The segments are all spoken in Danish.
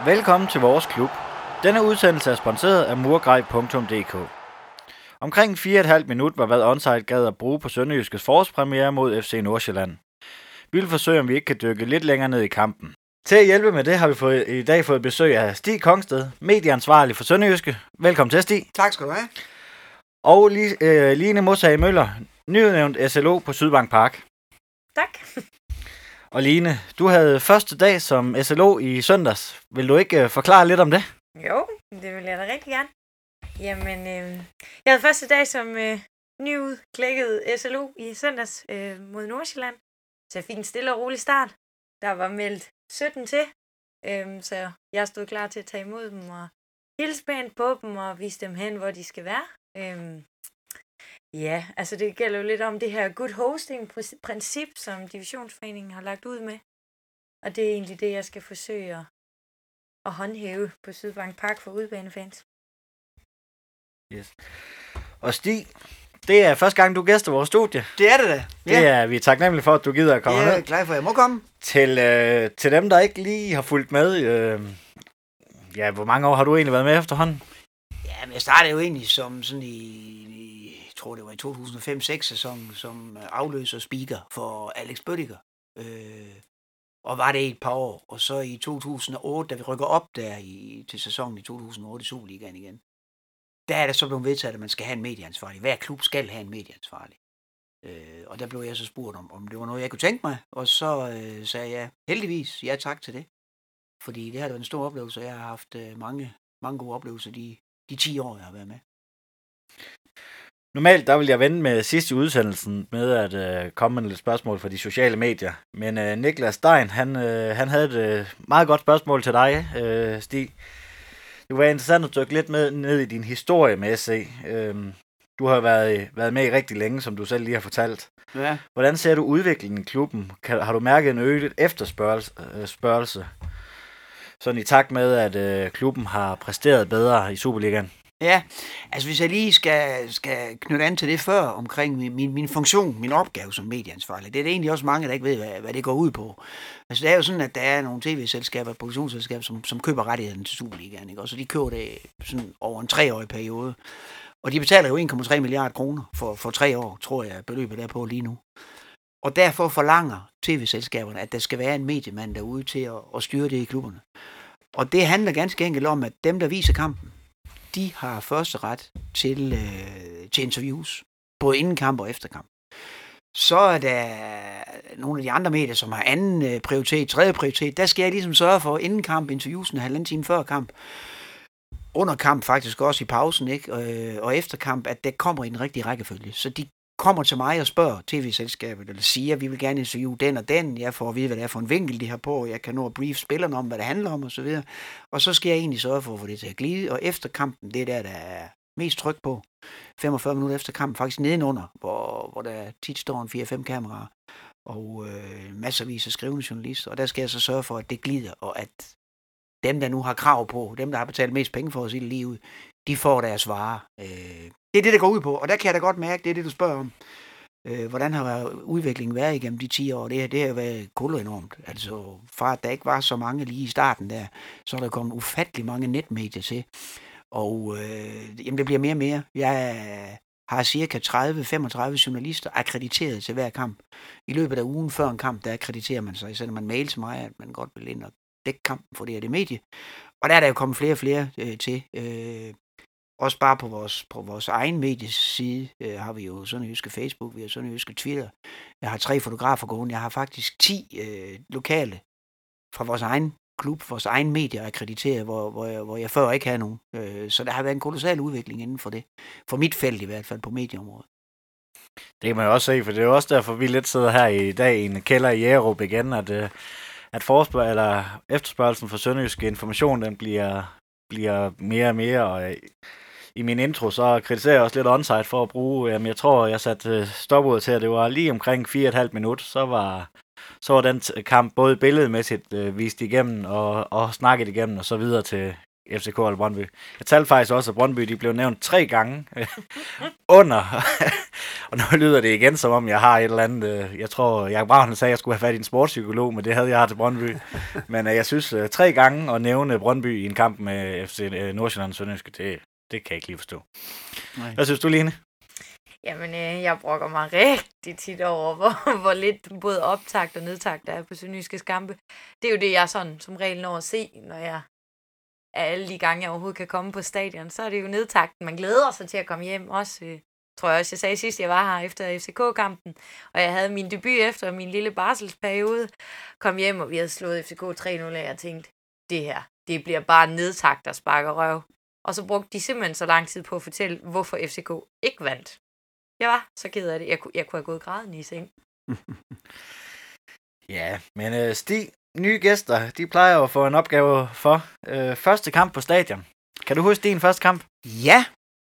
Velkommen til vores klub. Denne udsendelse er sponsoreret af murgrej.dk. Omkring 4,5 minut var hvad Onsite gad at bruge på Sønderjyskes forårspremiere mod FC Nordsjælland. Vi vil forsøge, om vi ikke kan dykke lidt længere ned i kampen. Til at hjælpe med det har vi i dag fået besøg af Stig Kongsted, medieansvarlig for Sønderjyske. Velkommen til, Stig. Tak skal du have. Og Line Moshage Møller, nyudnævnt SLO på Sydbank Park. Tak. Og Line, du havde første dag som SLO i søndags. Vil du ikke forklare lidt om det? Jo, det vil jeg da rigtig gerne. Jamen, jeg havde første dag som nyudklækket SLO i søndags mod Nordsjælland. Så jeg fik en stille og rolig start. Der var meldt 17 til, så jeg stod klar til at tage imod dem og hilse pænt på dem og vise dem hen, hvor de skal være. Ja, altså det gælder jo lidt om det her good hosting-princip, som Divisionsforeningen har lagt ud med. Og det er egentlig det, jeg skal forsøge at håndhæve på Sydbank Park for udebanefans. Yes. Og Stig, det er første gang, du gæster vores studie. Det er det da. Ja. Vi er taknemmelige for, at du gider at komme ned. Jeg er glad for, at jeg må komme. Til dem, der ikke lige har fulgt med, hvor mange år har du egentlig været med efterhånden? Ja, men jeg startede jo egentlig som sådan jeg tror det var i 2005-6 sæson, som afløser speaker for Alex Bøttiger. Og var det i et par år. Og så i 2008, da vi rykker op der til sæsonen i 2008 i Superligaen igen, der er der så blevet vedtaget, at man skal have en medieansvarlig. Hver klub skal have en medieansvarlig. Og der blev jeg så spurgt om det var noget, jeg kunne tænke mig. Og så sagde jeg heldigvis ja tak til det. Fordi det har været en stor oplevelse. Jeg har haft mange gode oplevelser de 10 år, jeg har været med. Normalt, der vil jeg vende med sidst i udsendelsen med at komme med lidt spørgsmål fra de sociale medier. Men Niklas Stein, han havde et meget godt spørgsmål til dig, Stig. Det var interessant at dykke lidt ned i din historie med SC. Du har været med i rigtig længe, som du selv lige har fortalt. Ja. Hvordan ser du udviklingen i klubben? Har du mærket en øget efterspørgsel? Sådan i takt med, at klubben har præsteret bedre i Superligaen? Ja, altså hvis jeg lige skal knytte an til det før omkring min funktion, min opgave som medieansvarlig, det er det egentlig også mange, der ikke ved, hvad det går ud på. Altså det er jo sådan, at der er nogle tv-selskaber, produktionsselskaber, som køber rettighederne til Superligaen, ikke? Og så de køber det sådan over en 3-årig periode. Og de betaler jo 1,3 milliarder kroner for 3 år, tror jeg, beløbet er på lige nu. Og derfor forlanger tv-selskaberne, at der skal være en mediemand derude til at styre det i klubberne. Og det handler ganske enkelt om, at dem, der viser kampen, de har første ret til interviews, både inden kamp og efter kamp. Så er der nogle af de andre medier, som har anden prioritet, tredje prioritet. Der skal jeg ligesom sørge for inden kamp, interviews en halvanden time før kamp, under kamp faktisk også i pausen, ikke? Og efter kamp, at det kommer i den rigtige rækkefølge. Så de kommer til mig og spørger tv-selskabet, eller siger, vi vil gerne interviewe den og den, jeg får at vide, hvad det er for en vinkel, de har på, jeg kan nå at brief spillerne om, hvad det handler om, og så videre. Og så skal jeg egentlig sørge for at få det til at glide, og efter kampen, det er der er mest tryk på, 45 minutter efter kampen, faktisk nedenunder, hvor der tit står en 4-5 kameraer, og masservis af skrivende journalister, og der skal jeg så sørge for, at det glider, og at dem, der nu har krav på, dem, der har betalt mest penge for at sige det lige ud, de får deres varer. Det er det, der går ud på, og der kan jeg da godt mærke, det er det, du spørger om. Hvordan har udviklingen været igennem de 10 år? Det har været koloenormt. Altså, fra at der ikke var så mange lige i starten der, så er der kommet ufattelig mange netmedier til. Og jamen, det bliver mere og mere. Jeg har cirka 30-35 journalister akkrediteret til hver kamp. I løbet af ugen før en kamp, der akkrediterer man sig. Sender man mail til mig, at man godt vil ind og dække kampen for det medie. Og der er der jo kommet flere og flere til. Også bare på vores egen medieside har vi jo Sønderjyske Facebook, vi har Sønderjyske Twitter. Jeg har 3 fotografer gående. Jeg har faktisk 10 lokale fra vores egen klub, vores egen medier akkrediteret, hvor jeg før ikke havde nogen. Så der har været en kolossal udvikling inden for det. For mit felt i hvert fald på medieområdet. Det kan man jo også se, for det er jo også derfor, vi lidt sidder her i dag i en kælder i Jægerup igen, at efterspørgelsen for sønderjyske information, den bliver mere og mere, og i min intro, så kritiserer jeg også lidt Onsite for at bruge, jeg tror, jeg satte stopuret til, at det var lige omkring 4,5 minutter, så var den kamp både billedmæssigt vist igennem, og snakket igennem, og så videre FCK eller Brøndby. Jeg talte faktisk også, at Brøndby de blev nævnt 3 gange under. Og nu lyder det igen, som om jeg har et eller andet. Jeg tror, Jakob Braun sagde, at jeg skulle have fat i en sportspsykolog, men det havde jeg til Brøndby. Men jeg synes, 3 gange at nævne Brøndby i en kamp med FC Nordsjælland Sønderjyske, det kan jeg ikke lige forstå. Nej. Hvad synes du, Line? Jamen, jeg brokker mig rigtig tit over, hvor lidt både optakt og nedtakt der er på sønderjyske kampe. Det er jo det, jeg sådan som regel når at se, når jeg alle de gange, jeg overhovedet kan komme på stadion, så er det jo nedtakten. Man glæder sig til at komme hjem også. Tror jeg også, jeg sagde sidst, jeg var her efter FCK-kampen, og jeg havde min debut efter min lille barselsperiode. Kom hjem, og vi havde slået FCK 3-0, og jeg tænkte, det her, det bliver bare nedtakt, der sparker røv. Og så brugte de simpelthen så lang tid på at fortælle, hvorfor FCK ikke vandt. Jeg var så ked af det. Jeg kunne have gået grædende i seng. Ja, men Stig, nye gæster, de plejer jo at få en opgave for første kamp på stadion. Kan du huske din første kamp? Ja,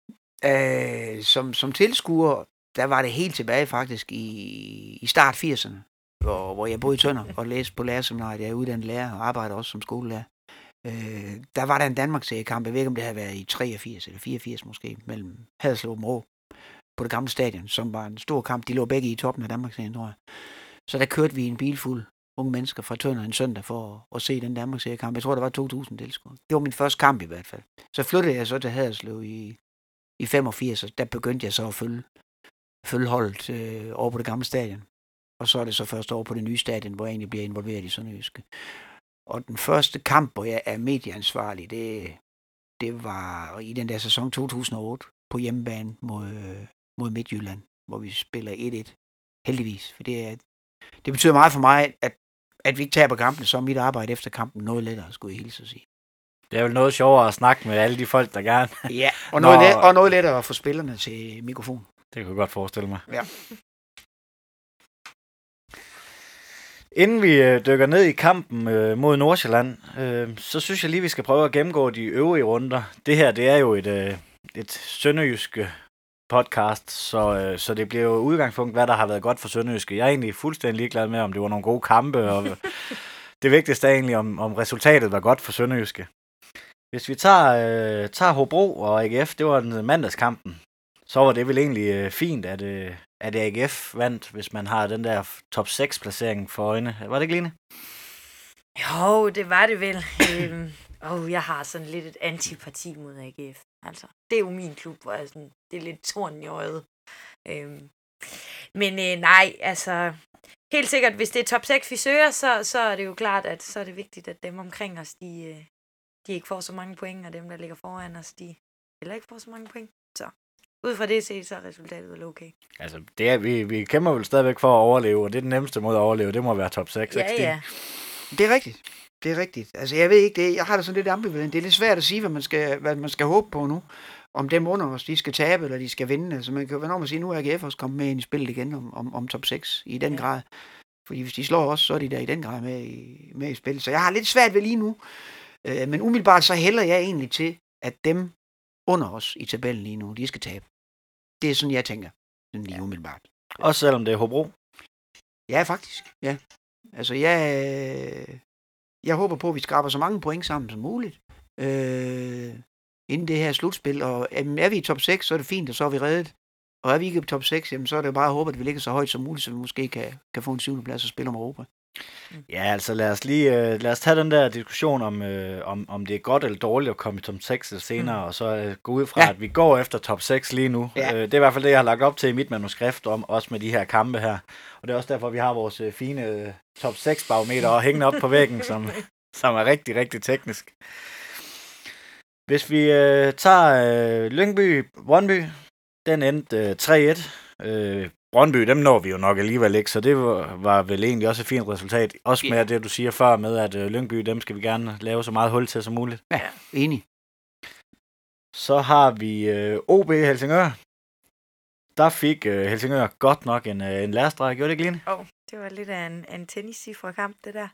som tilskuer, der var det helt tilbage faktisk i start 80'erne, hvor jeg boede i Tønder og læste på lærerseminariet. Jeg er uddannet lærer og arbejder også som skolelærer. Der var der en Danmarksseriekamp, jeg ved ikke om det havde været i 83 eller 84 måske, mellem Haderslev og Aabenraa på det gamle stadion, som var en stor kamp. De lå begge i toppen af Danmarksserien, tror jeg. Så der kørte vi en bil fuld unge mennesker fra Tønder en søndag for at se den Danmarksseriekamp. Jeg tror, der var 2.000 tilskuere. Det var min første kamp i hvert fald. Så flyttede jeg så til Haderslev i 85, og der begyndte jeg så at følge holdet over på det gamle stadion. Og så er det så først over på det nye stadion, hvor jeg egentlig bliver involveret i Sønderjyske. Og den første kamp, hvor jeg er medieansvarlig, det var i den der sæson 2008 på hjemmebane mod Midtjylland, hvor vi spiller 1-1. Heldigvis, for det betyder meget for mig, at vi ikke taber kampen, så er mit arbejde efter kampen noget lettere, skulle jeg hilse at sige. Det er vel noget sjovere at snakke med alle de folk, der gerne... Ja, og noget lettere at få spillerne til mikrofon. Det kunne jeg godt forestille mig. Ja. Inden vi dykker ned i kampen mod Nordsjælland, så synes jeg lige, vi skal prøve at gennemgå de øvrige runder. Det her, det er jo et sønderjyske podcast, så det bliver jo udgangspunkt, hvad der har været godt for Sønderjyske. Jeg er egentlig fuldstændig ligeglad med, om det var nogle gode kampe, og det vigtigste er egentlig, om resultatet var godt for Sønderjyske. Hvis vi tager Hobro og AGF, det var den mandagskampen, så var det vel egentlig fint, at AGF vandt, hvis man har den der top 6-placering for øjne. Var det ikke, Line? Jo, det var det vel. Jeg har sådan lidt et antipati mod AGF. Altså, det er jo min klub, hvor det er lidt torn i øjet. Nej, altså... Helt sikkert, hvis det er top 6, vi søger, så er det jo klart, at så er det vigtigt, at dem omkring os, de ikke får så mange point, og dem, der ligger foran os, de heller ikke får så mange point. Så ud fra det set, så er resultatet vel okay. Altså, vi kæmper vel stadigvæk for at overleve, og det er den nemmeste måde at overleve, det må være top 6. Ja. Det er rigtigt. Det er rigtigt. Altså, jeg ved ikke det. Jeg har det sådan lidt ambivalent. Det er lidt svært at sige, hvad man skal håbe på nu. Om dem under os, de skal tabe, eller de skal vinde. Altså, man kan jo være sige, nu er AGF også kommet med ind i spillet igen om top 6 i den grad. Fordi hvis de slår os, så er de der i den grad med i spillet. Så jeg har lidt svært ved lige nu. Men umiddelbart så hælder jeg egentlig til, at dem under os i tabellen lige nu, de skal tabe. Det er sådan, jeg tænker. Sådan lige umiddelbart. Også selvom det er Hobro? Ja, faktisk. Ja. Altså, jeg håber på, at vi skraber så mange point sammen som muligt. Inden det her slutspil. Og er vi i top 6, så er det fint, og så er vi reddet. Og er vi ikke i top 6, jamen, så er det jo bare at håbe, at vi ligger så højt som muligt, så vi måske kan få en 7. plads og spille om Europa. Ja, altså lad os tage den der diskussion om det er godt eller dårligt at komme i top 6 eller senere, og så gå ud fra, at vi går efter top 6 lige nu. Ja. Det er i hvert fald det, jeg har lagt op til i mit manuskript, også med de her kampe her. Og det er også derfor, vi har vores fine top 6 barometer og hængende op på væggen, som er rigtig, rigtig teknisk. Hvis vi tager Lyngby, Brøndby, den endte 3-1. Brøndby, dem når vi jo nok alligevel ikke, så det var vel egentlig også et fint resultat. Også med det, du siger før med, at Lyngby, dem skal vi gerne lave så meget hul til som muligt. Ja, enig. Så har vi OB Helsingør. Der fik Helsingør godt nok en lærerstreg. Gjorde det ikke, Line? Det var lidt af en tenniscifre kamp, det der.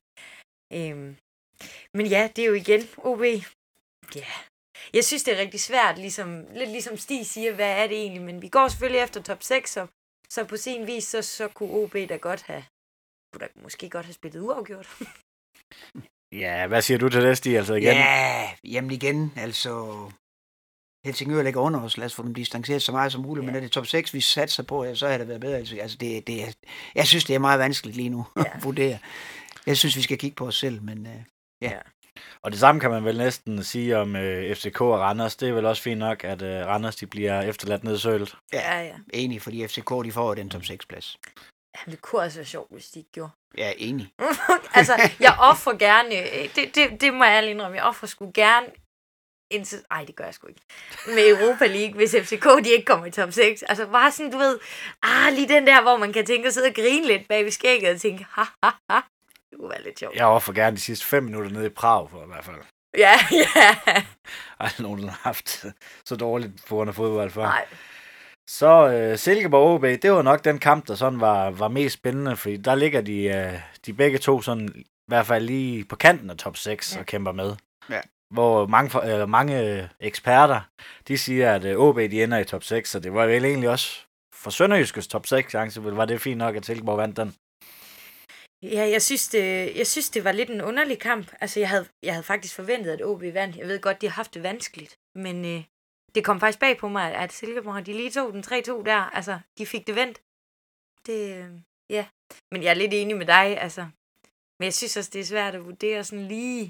Men ja, det er jo igen OB. Ja. Jeg synes, det er rigtig svært, lidt ligesom Stig siger, hvad er det egentlig? Men vi går selvfølgelig efter top 6, så på sin vis, så kunne OB da måske godt have spillet uafgjort. Ja, hvad siger du til det, Stig? Altså igen? Ja, jamen igen, altså... Helsingør ligger under os. Lad os få dem distanceret så meget som muligt, men er det top 6, vi satser på, så har det været bedre. Altså, jeg synes, det er meget vanskeligt lige nu at vurdere. Jeg synes, vi skal kigge på os selv, men ja. Og det samme kan man vel næsten sige om FCK og Randers. Det er vel også fint nok, at Randers de bliver efterladt ned i sølet. Ja. Enig, fordi FCK de får den top 6-plads. Ja, det kunne også være sjovt, hvis de ikke gjorde. Ja, enig. Altså, jeg offrer gerne... Det må jeg ærligt indrømme. Jeg offrer sgu gerne... Ej, det gør jeg sgu ikke. Med Europa League, hvis FCK de ikke kommer i top 6. Altså, bare sådan, du ved... lige den der, hvor man kan tænke at sidde og grine lidt bag ved skægget og tænke, ha. Det kunne være lidt sjovt. Jeg offrer gerne de sidste 5 minutter nede i Prag, for i hvert fald. Ja. Ej, nogen har haft så dårligt på grund af fodbold før. Nej. Så Silkeborg OB, det var nok den kamp, der sådan var mest spændende, fordi der ligger de begge to sådan, i hvert fald lige på kanten af top 6 og kæmper med. Ja. Hvor mange eksperter, de siger, at OB de ender i top 6, så det var vel egentlig også for Sønderjyskes top 6 chance, var det fint nok, at Silkeborg vandt den. Ja, jeg synes, det var lidt en underlig kamp. Altså, jeg havde faktisk forventet, at OB vandt. Jeg ved godt, de har haft det vanskeligt, men det kom faktisk bag på mig, at Silkeborg, de lige tog den 3-2 der. Altså, de fik det vendt. Ja. Men jeg er lidt enig med dig, altså. Men jeg synes også, det er svært at vurdere sådan lige.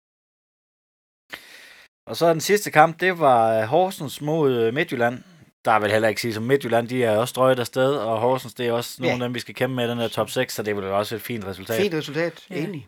Og så den sidste kamp, det var Horsens mod Midtjylland. Der er vel heller ikke sige, som Midtjylland, de er også strøget afsted, og Horsens, det er også nogle af dem, vi skal kæmpe med i den her top 6, så det er vel også et fint resultat. Fint resultat, enig.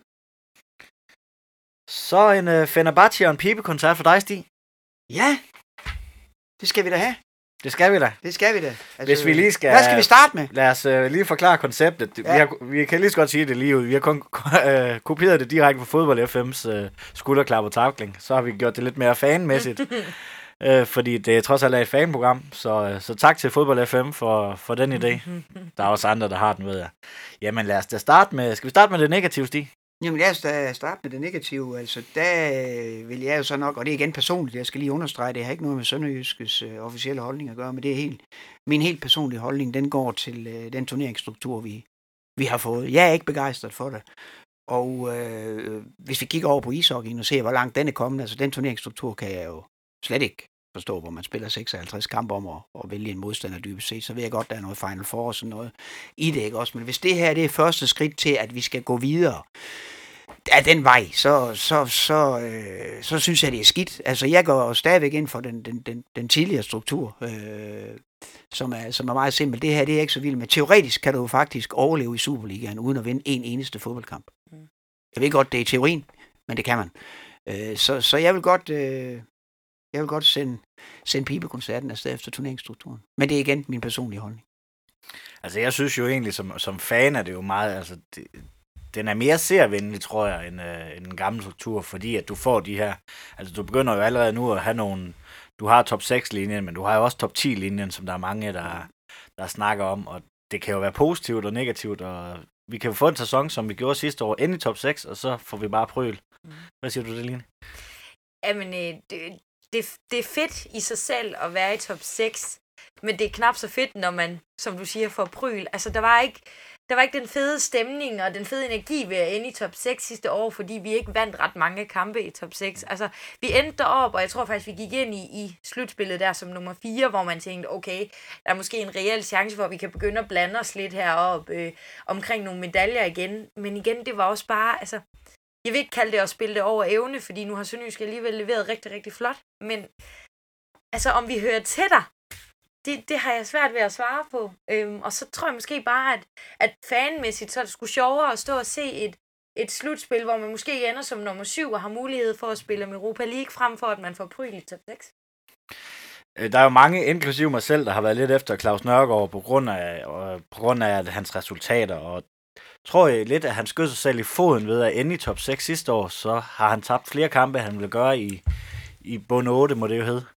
Så en Fenerbahce og en pibekoncert for dig, Stig. Ja, det skal vi da have. Det skal vi da. Altså, hvis vi lige skal... Hvad skal vi starte med? Lad os lige forklare konceptet. Ja. Vi kan lige så godt sige det lige ud. Vi har kun kopieret det direkte fra Fodbold FM's skulderklap og tackling. Så har vi gjort det lidt mere fanmæssigt. Fordi det er trods alt et fanprogram. Så tak til Fodbold FM for den idé. Der er også andre, der har den, ved jeg. Jamen lad os da starte med... Skal vi starte med det negative, Stig? Jamen lad os da starte med det negative. Altså der vil jeg jo så nok, og det er igen personligt, jeg skal lige understrege, det har ikke noget med Sønderjyskes officielle holdning at gøre, men det er min helt personlige holdning, den går til den turneringsstruktur, vi har fået. Jeg er ikke begejstret for det. Og hvis vi kigger over på ishockeyen og ser, hvor langt den er kommet, altså den turneringsstruktur kan jeg jo slet ikke forstå, hvor man spiller 56 kampe om at vælge en modstander dybest set, så ved jeg godt, der er noget Final Four og sådan noget i det, ikke også? Men hvis det her det er første skridt til, at vi skal gå videre af den vej, så synes jeg, det er skidt. Altså, jeg går stadigvæk ind for den tidligere struktur, som er meget simpel. Det her, det er ikke så vildt, men teoretisk kan du jo faktisk overleve i Superligaen, uden at vinde en eneste fodboldkamp. Jeg ved godt, det er teorien, men det kan man. Så jeg vil godt sende pibekoncerten afsted efter turneringsstrukturen. Men det er igen min personlige holdning. Altså, jeg synes jo egentlig, som fan er det jo meget, altså, den er mere servenlig, tror jeg, end en gammel struktur, fordi at du får de her, altså du begynder jo allerede nu at have nogle, du har top 6-linjen, men du har jo også top 10-linjen, som der er mange, der snakker om, og det kan jo være positivt og negativt, og vi kan jo få en sæson, som vi gjorde sidste år, ind i top 6, og så får vi bare prøl. Hvad siger du det, Line? Jamen, det er fedt i sig selv at være i top 6, men det er knap så fedt, når man, som du siger, får pryl. Altså, der var ikke den fede stemning og den fede energi ved at ende i top 6 sidste år, fordi vi ikke vandt ret mange kampe i top 6. Altså, vi endte derop, og jeg tror faktisk, vi gik ind i slutspillet der som nummer 4, hvor man tænkte, okay, der er måske en reel chance for, at vi kan begynde at blande os lidt heroppe omkring nogle medaljer igen. Men igen, det var også bare, altså, jeg vil ikke kalde det at spille det over evne, fordi nu har Sønderjysk alligevel leveret rigtig, rigtig flot. Men altså, om vi hører til dig, det har jeg svært ved at svare på. Og så tror jeg måske bare, at fanmæssigt, så er det sgu sjovere at stå og se et slutspil, hvor man måske ender som nummer 7 og har mulighed for at spille med Europa League, frem for at man får pryl i top 6. Der er jo mange, inklusive mig selv, der har været lidt efter Claus Nørgaard på grund af hans resultater, og tror jeg lidt, at han skød sig selv i foden ved at ende i top 6 sidste år, så har han tabt flere kampe, han vil gøre i bund 8, må det jo hedde.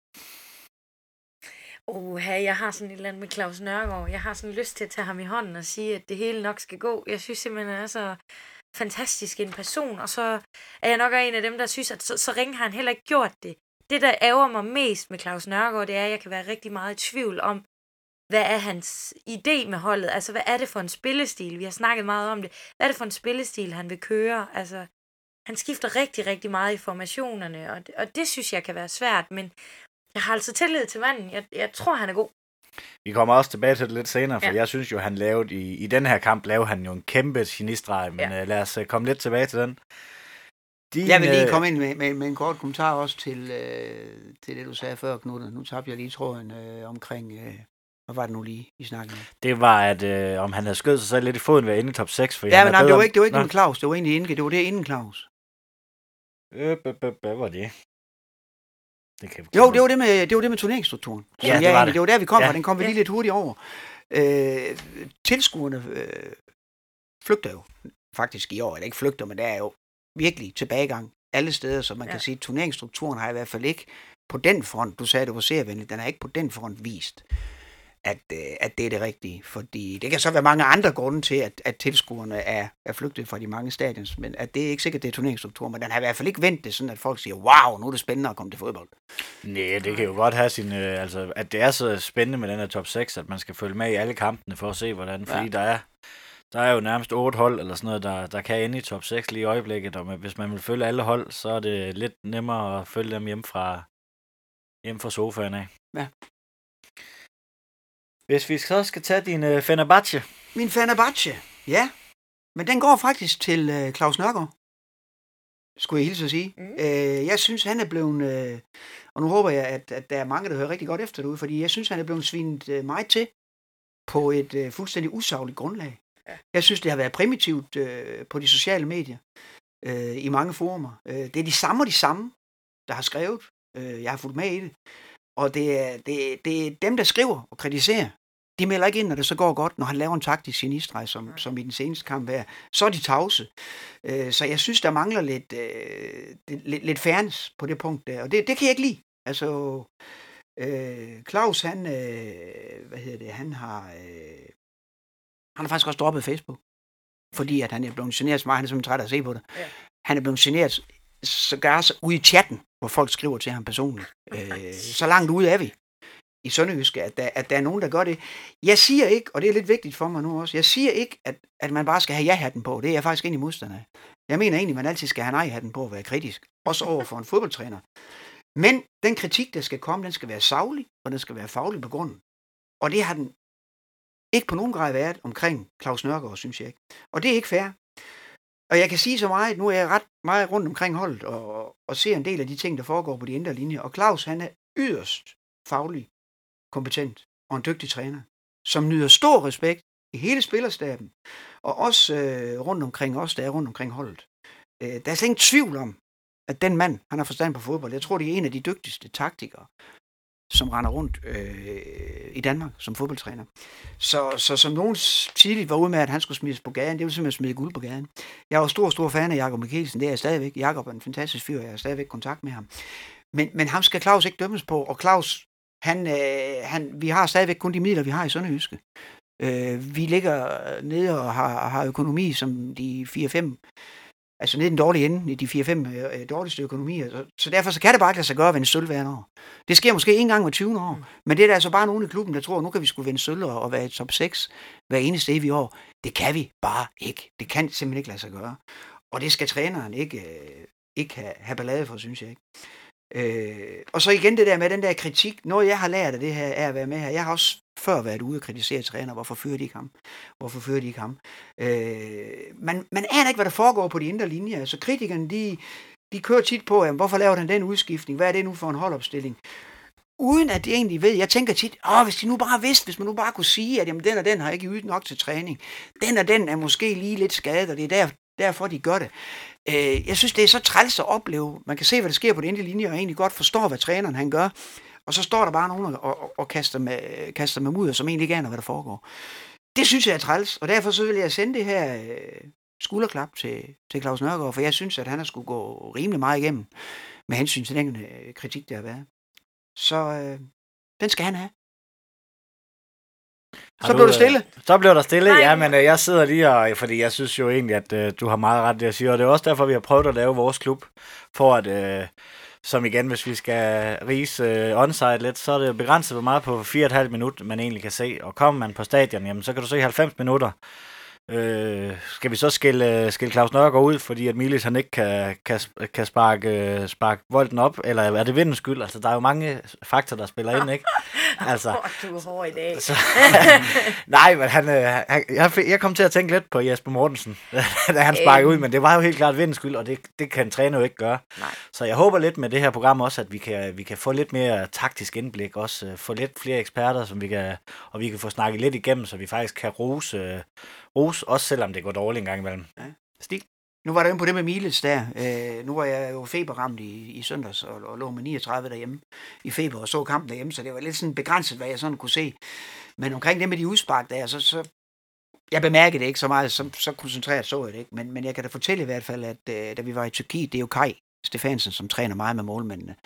Jeg har sådan et eller andet med Claus Nørgaard. Jeg har sådan lyst til at tage ham i hånden og sige, at det hele nok skal gå. Jeg synes simpelthen, han er så fantastisk en person, og så er jeg nok en af dem, der synes, at så ringe har han heller ikke gjort det. Det, der ærger mig mest med Claus Nørgaard, det er, at jeg kan være rigtig meget i tvivl om, hvad er hans idé med holdet? Altså, hvad er det for en spillestil? Vi har snakket meget om det. Hvad er det for en spillestil, han vil køre? Altså, Han skifter rigtig, rigtig meget i formationerne, og det synes jeg kan være svært, men jeg har altså tillid til manden. Jeg tror, han er god. Vi kommer også tilbage til det lidt senere, for jeg synes jo, han lavede i den her kamp, lavede han jo en kæmpe genistreg, men lad os komme lidt tilbage til den. Jeg vil lige komme ind med en kort kommentar også til det, du sagde før, Knud. Nu tabte jeg lige tråden omkring, hvad var det nu lige, vi snakkede med? Det var, at om han havde skødt sig selv lidt i foden ved at ende i top 6. For ja, men nej, det var ikke en Claus, det var egentlig Inge, det var det inden Claus. Hvad var det? Det var det med turneringsstrukturen. Ja, det var der, vi kom fra. Den kom vi lige lidt hurtigt over. Tilskuerne flygter jo faktisk i år, eller ikke flygter, men der er jo virkelig tilbagegang alle steder, så man kan sige, at turneringsstrukturen har i hvert fald ikke på den front, du sagde, det var servenligt, den har ikke på den front vist, at det er det rigtige. Fordi det kan så være mange andre grunde til, at tilskuerne er flygtet fra de mange stadions, men at det er ikke sikkert, det er turneringsstrukturen, men den har i hvert fald ikke vendt det sådan, at folk siger, wow, nu er det spændende at komme til fodbold. Nej, det kan jo godt have sin, altså, at det er så spændende med den her top 6, at man skal følge med i alle kampene for at se, hvordan, fordi der er jo nærmest 8 hold eller sådan noget, der kan ende i top 6 lige i øjeblikket, og hvis man vil følge alle hold, så er det lidt nemmere at følge dem hjem fra sofaen af. Ja. Hvis vi så skal tage din Fenerbahce. Min Fenerbahce, ja. Men den går faktisk til Claus Nørgaard, skulle jeg hilse at sige. Jeg synes, han er blevet, og nu håber jeg, at der er mange, der hører rigtig godt efter derude, fordi jeg synes, han er blevet svinet meget til på et fuldstændig usagligt grundlag. Ja. Jeg synes, det har været primitivt på de sociale medier, i mange forumer. Det er de samme, der har skrevet. Jeg har fulgt med i det. Og det er dem, der skriver og kritiserer. De melder ikke ind, når det så går godt, når han laver en taktisk genistreg, som i den seneste kamp her. Så er de tavse. Så jeg synes, der mangler lidt fairness på det punkt der. Og det kan jeg ikke lide. Altså, Claus, han har faktisk også droppet Facebook. Fordi at han er blevet generet så meget, han er simpelthen træt af at se på det. Ja. Han er blevet generet sågar ude i chatten, hvor folk skriver til ham personligt. Så langt ude er vi i Sønderjyske, at der er nogen, der gør det. Jeg siger ikke, og det er lidt vigtigt for mig nu også, jeg siger ikke, at man bare skal have ja-hatten på. Det er jeg faktisk egentlig modstander af. Jeg mener egentlig, at man altid skal have nej-hatten på at være kritisk. Også over for en fodboldtræner. Men den kritik, der skal komme, den skal være saglig, og den skal være faglig begrundet. Og det har den ikke på nogen grad været omkring Claus Nørgaard, synes jeg ikke. Og det er ikke fair. Og jeg kan sige så meget, nu er jeg ret meget rundt omkring holdet, og ser en del af de ting, der foregår på de indre linjer. Og Claus, han er yderst faglig kompetent og en dygtig træner, som nyder stor respekt i hele spillerstaben, og også rundt omkring os, der er rundt omkring holdet. Der er slet ingen tvivl om, at den mand, han har forstand på fodbold. Jeg tror, det er en af de dygtigste taktikere, som render rundt i Danmark som fodboldtræner. Så som nogen tidligt var ude med, at han skulle smides på gaden, det var simpelthen smide guld på gaden. Jeg var stor fan af Jakob Mikkelsen, det er jeg stadigvæk. Jakob er en fantastisk fyr, jeg har stadigvæk kontakt med ham. Men ham skal Claus ikke dømmes på, og Claus, vi har stadigvæk kun de midler, vi har i Sønderjyske. Vi ligger nede og har økonomi som de 4-5, altså nede i den dårlige ende, i de 4-5 dårligste økonomier. Så derfor så kan det bare ikke lade sig gøre at vinde sølv hver år. Det sker måske en gang hver 20 år, men det er der altså bare nogen i klubben, der tror, at nu kan vi sgu vinde sølv og være i top 6 hver eneste evige år. Det kan vi bare ikke. Det kan simpelthen ikke lade sig gøre. Og det skal træneren ikke have ballade for, synes jeg ikke. Og så igen det der med den der kritik. Noget jeg har lært af det her, er at være med her. Jeg har også før været ude og kritisere træner. Hvorfor fører de ikke ham? Hvorfor fører de ikke ham? Man aner ikke, hvad der foregår på de indre linjer. Altså kritikerne, de kører tit på, jamen, hvorfor laver han den udskiftning? Hvad er det nu for en holdopstilling? Uden at de egentlig ved. Jeg tænker tit, hvis de nu bare vidste, hvis man nu bare kunne sige, at jamen, den og den har ikke ydet nok til træning. Den og den er måske lige lidt skadet, og det er derfor, de gør det. Jeg synes, det er så træls at opleve. Man kan se, hvad der sker på den indre linje, og egentlig godt forstår, hvad træneren han gør. Og så står der bare nogen og kaster med mudder, som egentlig ikke aner, hvad der foregår. Det synes jeg er træls, og derfor så vil jeg sende det her skulderklap til Claus Nørgaard, for jeg synes, at han har skulle gå rimelig meget igennem med hensyn til den kritik, der har været. Så den skal han have. Så blev det stille. Så blev der stille, ja, men jeg sidder lige fordi jeg synes jo egentlig, at du har meget ret, det jeg siger, og det er også derfor, vi har prøvet at lave vores klub, for at, som igen, hvis vi skal rise onside lidt, så er det begrænset hvor meget på 4,5 minutter, man egentlig kan se, og kommer man på stadion, jamen, så kan du se 90 minutter Skal vi så skille Claus Nørgaard ud, fordi at Milis han ikke kan sparke bolden op, eller er det vindens skyld? Altså, der er jo mange faktorer, der spiller ind, ikke? Altså, du er hård i dag. Så, nej, men jeg kom til at tænke lidt på Jesper Mortensen, da han sparkede ud, men det var jo helt klart vindens skyld, og det kan en træner jo ikke gøre. Nej. Så jeg håber lidt med det her program også, at vi kan få lidt mere taktisk indblik, også få lidt flere eksperter, som vi kan få snakket lidt igennem, så vi faktisk kan rose, også selvom det går dårligt en gang imellem. Ja. Stig? Nu var der inde på det med Miles der. Nu var jeg jo feberramt i søndags, og lå med 39 derhjemme i feber, og så kampen derhjemme, så det var lidt sådan begrænset, hvad jeg sådan kunne se. Men omkring det med de udspark der, så jeg bemærkede det ikke så meget, så koncentreret så jeg det ikke. Men jeg kan da fortælle i hvert fald, at da vi var i Tyrkiet, det er jo Kai Stefansen, som træner meget med målmændene.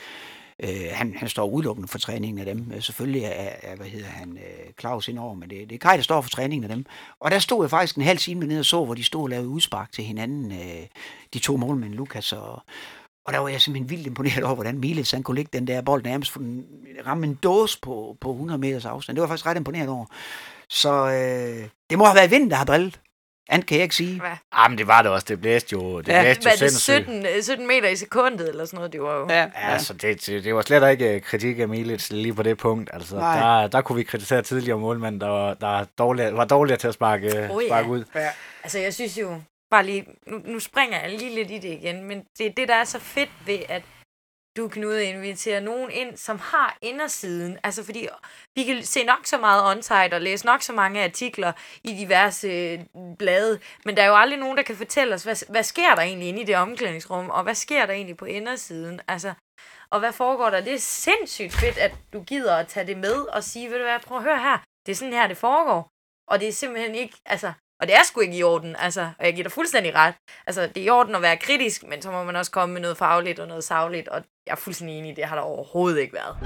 Han står udelukkende for træningen af dem. Selvfølgelig er Claus indover, men det er Kai, der står for træningen af dem. Og der stod jeg faktisk en halv time nede og så, hvor de stod og lavede udspark til hinanden, de to målmænd, Lukas og der var jeg simpelthen vildt imponeret over, hvordan Miles han kunne lægge den der bold nærmest ramme en dåse på 100 meters afstand. Det var faktisk ret imponeret over. Så det må have været vinden, der har drillet. Andet kan jeg ikke sige. Men det var det også. Det blæste jo sindssygt. 17 meter i sekundet eller sådan noget, det var jo... Ja. Altså, det var slet ikke kritik af Milic lige på det punkt. Altså, der kunne vi kritisere tidligere målmænd, der var dårligere til at sparke ud. Ja. Altså, jeg synes jo... Bare lige... Nu springer jeg lige lidt i det igen, men det er det, der er så fedt ved, at du kan invitere nogen ind, som har indersiden. Altså, fordi vi kan se nok så meget onsite og læse nok så mange artikler i diverse blade, men der er jo aldrig nogen, der kan fortælle os, hvad sker der egentlig inde i det omklædningsrum, og hvad sker der egentlig på indersiden? Altså, og hvad foregår der? Det er sindssygt fedt, at du gider at tage det med og sige, ved du hvad, prøv at høre her, det er sådan her, det foregår. Og det er simpelthen ikke, altså, og det er sgu ikke i orden, altså, og jeg giver dig fuldstændig ret. Altså, det er i orden at være kritisk, men så må man også komme med noget fagligt og noget sagligt, og jeg er fuldstændig enig, det har der overhovedet ikke været.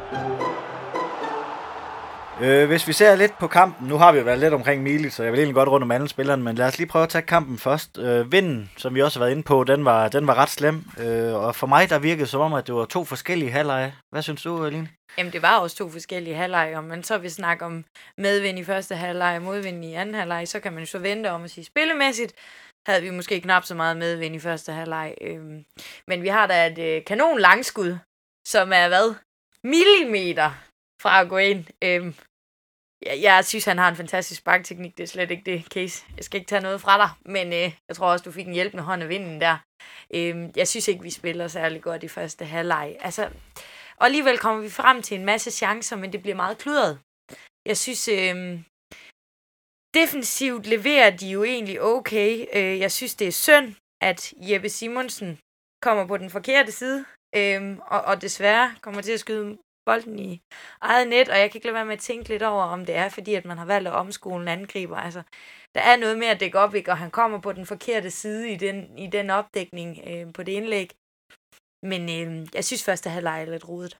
Hvis vi ser lidt på kampen, nu har vi jo været lidt omkring Milis, så jeg vil egentlig godt rundt om alle spillerne, men lad os lige prøve at tage kampen først. Vinden, som vi også har været inde på, den var ret slem, og for mig der virkede som om, at det var 2 forskellige halvleje. Hvad synes du, Aline? Jamen, det var også 2 forskellige halvleje, men så vi snakker om medvind i første halvleje og modvind i anden halvleje, så kan man jo så vente om at sige spillemæssigt, havde vi måske knap så meget medvind i første halvleje. Men vi har da et kanon langskud, som er millimeter fra at gå ind. Jeg synes, han har en fantastisk sparkteknik. Det er slet ikke det case. Jeg skal ikke tage noget fra dig, men jeg tror også, du fik en hjælpende hånd af vinden der. Jeg synes ikke, vi spiller særlig godt i første halvleg. Altså, og alligevel kommer vi frem til en masse chancer, men det bliver meget kludret. Jeg synes, defensivt leverer de jo egentlig okay. Jeg synes, det er synd, at Jeppe Simonsen kommer på den forkerte side, og desværre kommer til at skyde bolden i eget net, og jeg kan ikke lade være med at tænke lidt over, om det er, fordi at man har valgt at omskole en angriber. Altså, der er noget med at dække op, ikke? Og han kommer på den forkerte side i den opdækning på det indlæg. Men jeg synes første halvleg er lidt rodet.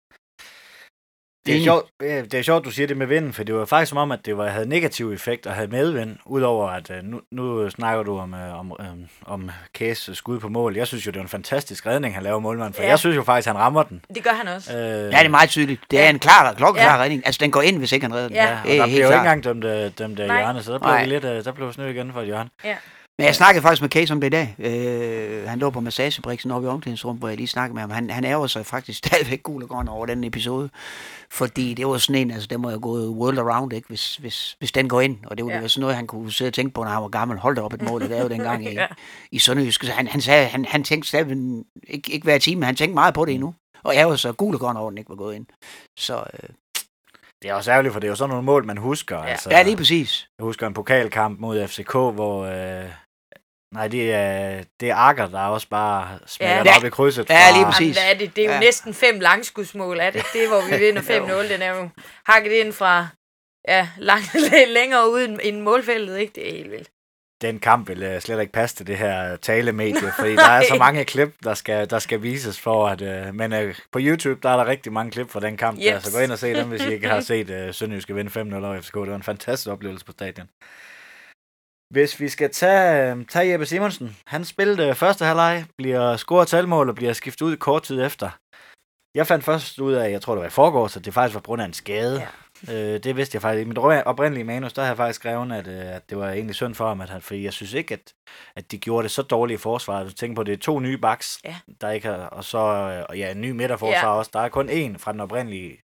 Det er sjovt, du siger det med vinden, for det var faktisk som om, at det havde negativ effekt at have medvind, udover at nu snakker du om Kæs skud på mål. Jeg synes jo, det er en fantastisk redning, han laver målmanden, for jeg synes jo faktisk, han rammer den. Det gør han også. Ja, det er meget tydeligt. Det er en klokkeklar redning. Altså, den går ind, hvis ikke han redder den. Ja, og der bliver jo ikke engang dømt hjørne, så der blev snydt igen for et hjørne. Ja. Men jeg snakkede faktisk med Case om det i dag. Han lå på massagebriksen oppe i omklædningsrum, hvor jeg lige snakkede med ham. Han ærger sig faktisk stadigvæk gul og grøn over den episode. Fordi det var sådan en, altså den må jo gå world around, ikke, hvis den går ind. Og det var sådan noget, han kunne sidde og tænke på, når han var gammel. Hold da op et mål, det er jo dengang i Sønderjysk. Han sagde, han tænkte stadigvæk ikke hver time, men han tænkte meget på det endnu. Og ærger sig gul og grøn over, den ikke var gået ind. Så... Det er også ærgerligt, for det er jo sådan nogle mål, man husker. Ja, altså, ja lige præcis. Jeg husker en pokalkamp mod FCK, hvor... det er Akker, der også bare smækker op i krydset. Fra... Ja, lige præcis. Jamen, det er jo næsten 5 langskudsmål, er det? Det er, hvor vi vinder 5-0. Den er jo hakket ind fra længere ude end målfeltet, ikke? Det er helt vildt. Den kamp vil slet ikke passe til det her talemedie, fordi der er så mange klip, der skal vises for, at... Men på YouTube, der er der rigtig mange klip fra den kamp, der, så gå ind og se dem, hvis I ikke har set Sønderjyske vinde 5-0 over FCK. Det var en fantastisk oplevelse på stadion. Hvis vi skal tage Jeppe Simonsen, han spillede første halvleg, bliver scoret talmål og bliver skiftet ud kort tid efter. Jeg fandt først ud af, jeg tror det var i forgårs, at det faktisk var på grund af en skade. Det vidste jeg faktisk. I mit oprindelige manus, der har jeg faktisk skrevet, at det var egentlig synd for ham, fordi jeg synes ikke, at de gjorde det så dårligt i forsvaret. Du tænker på, det er 2 nye backs, der ikke har, og så en ny midterforsvar også. Der er kun én fra den oprindelige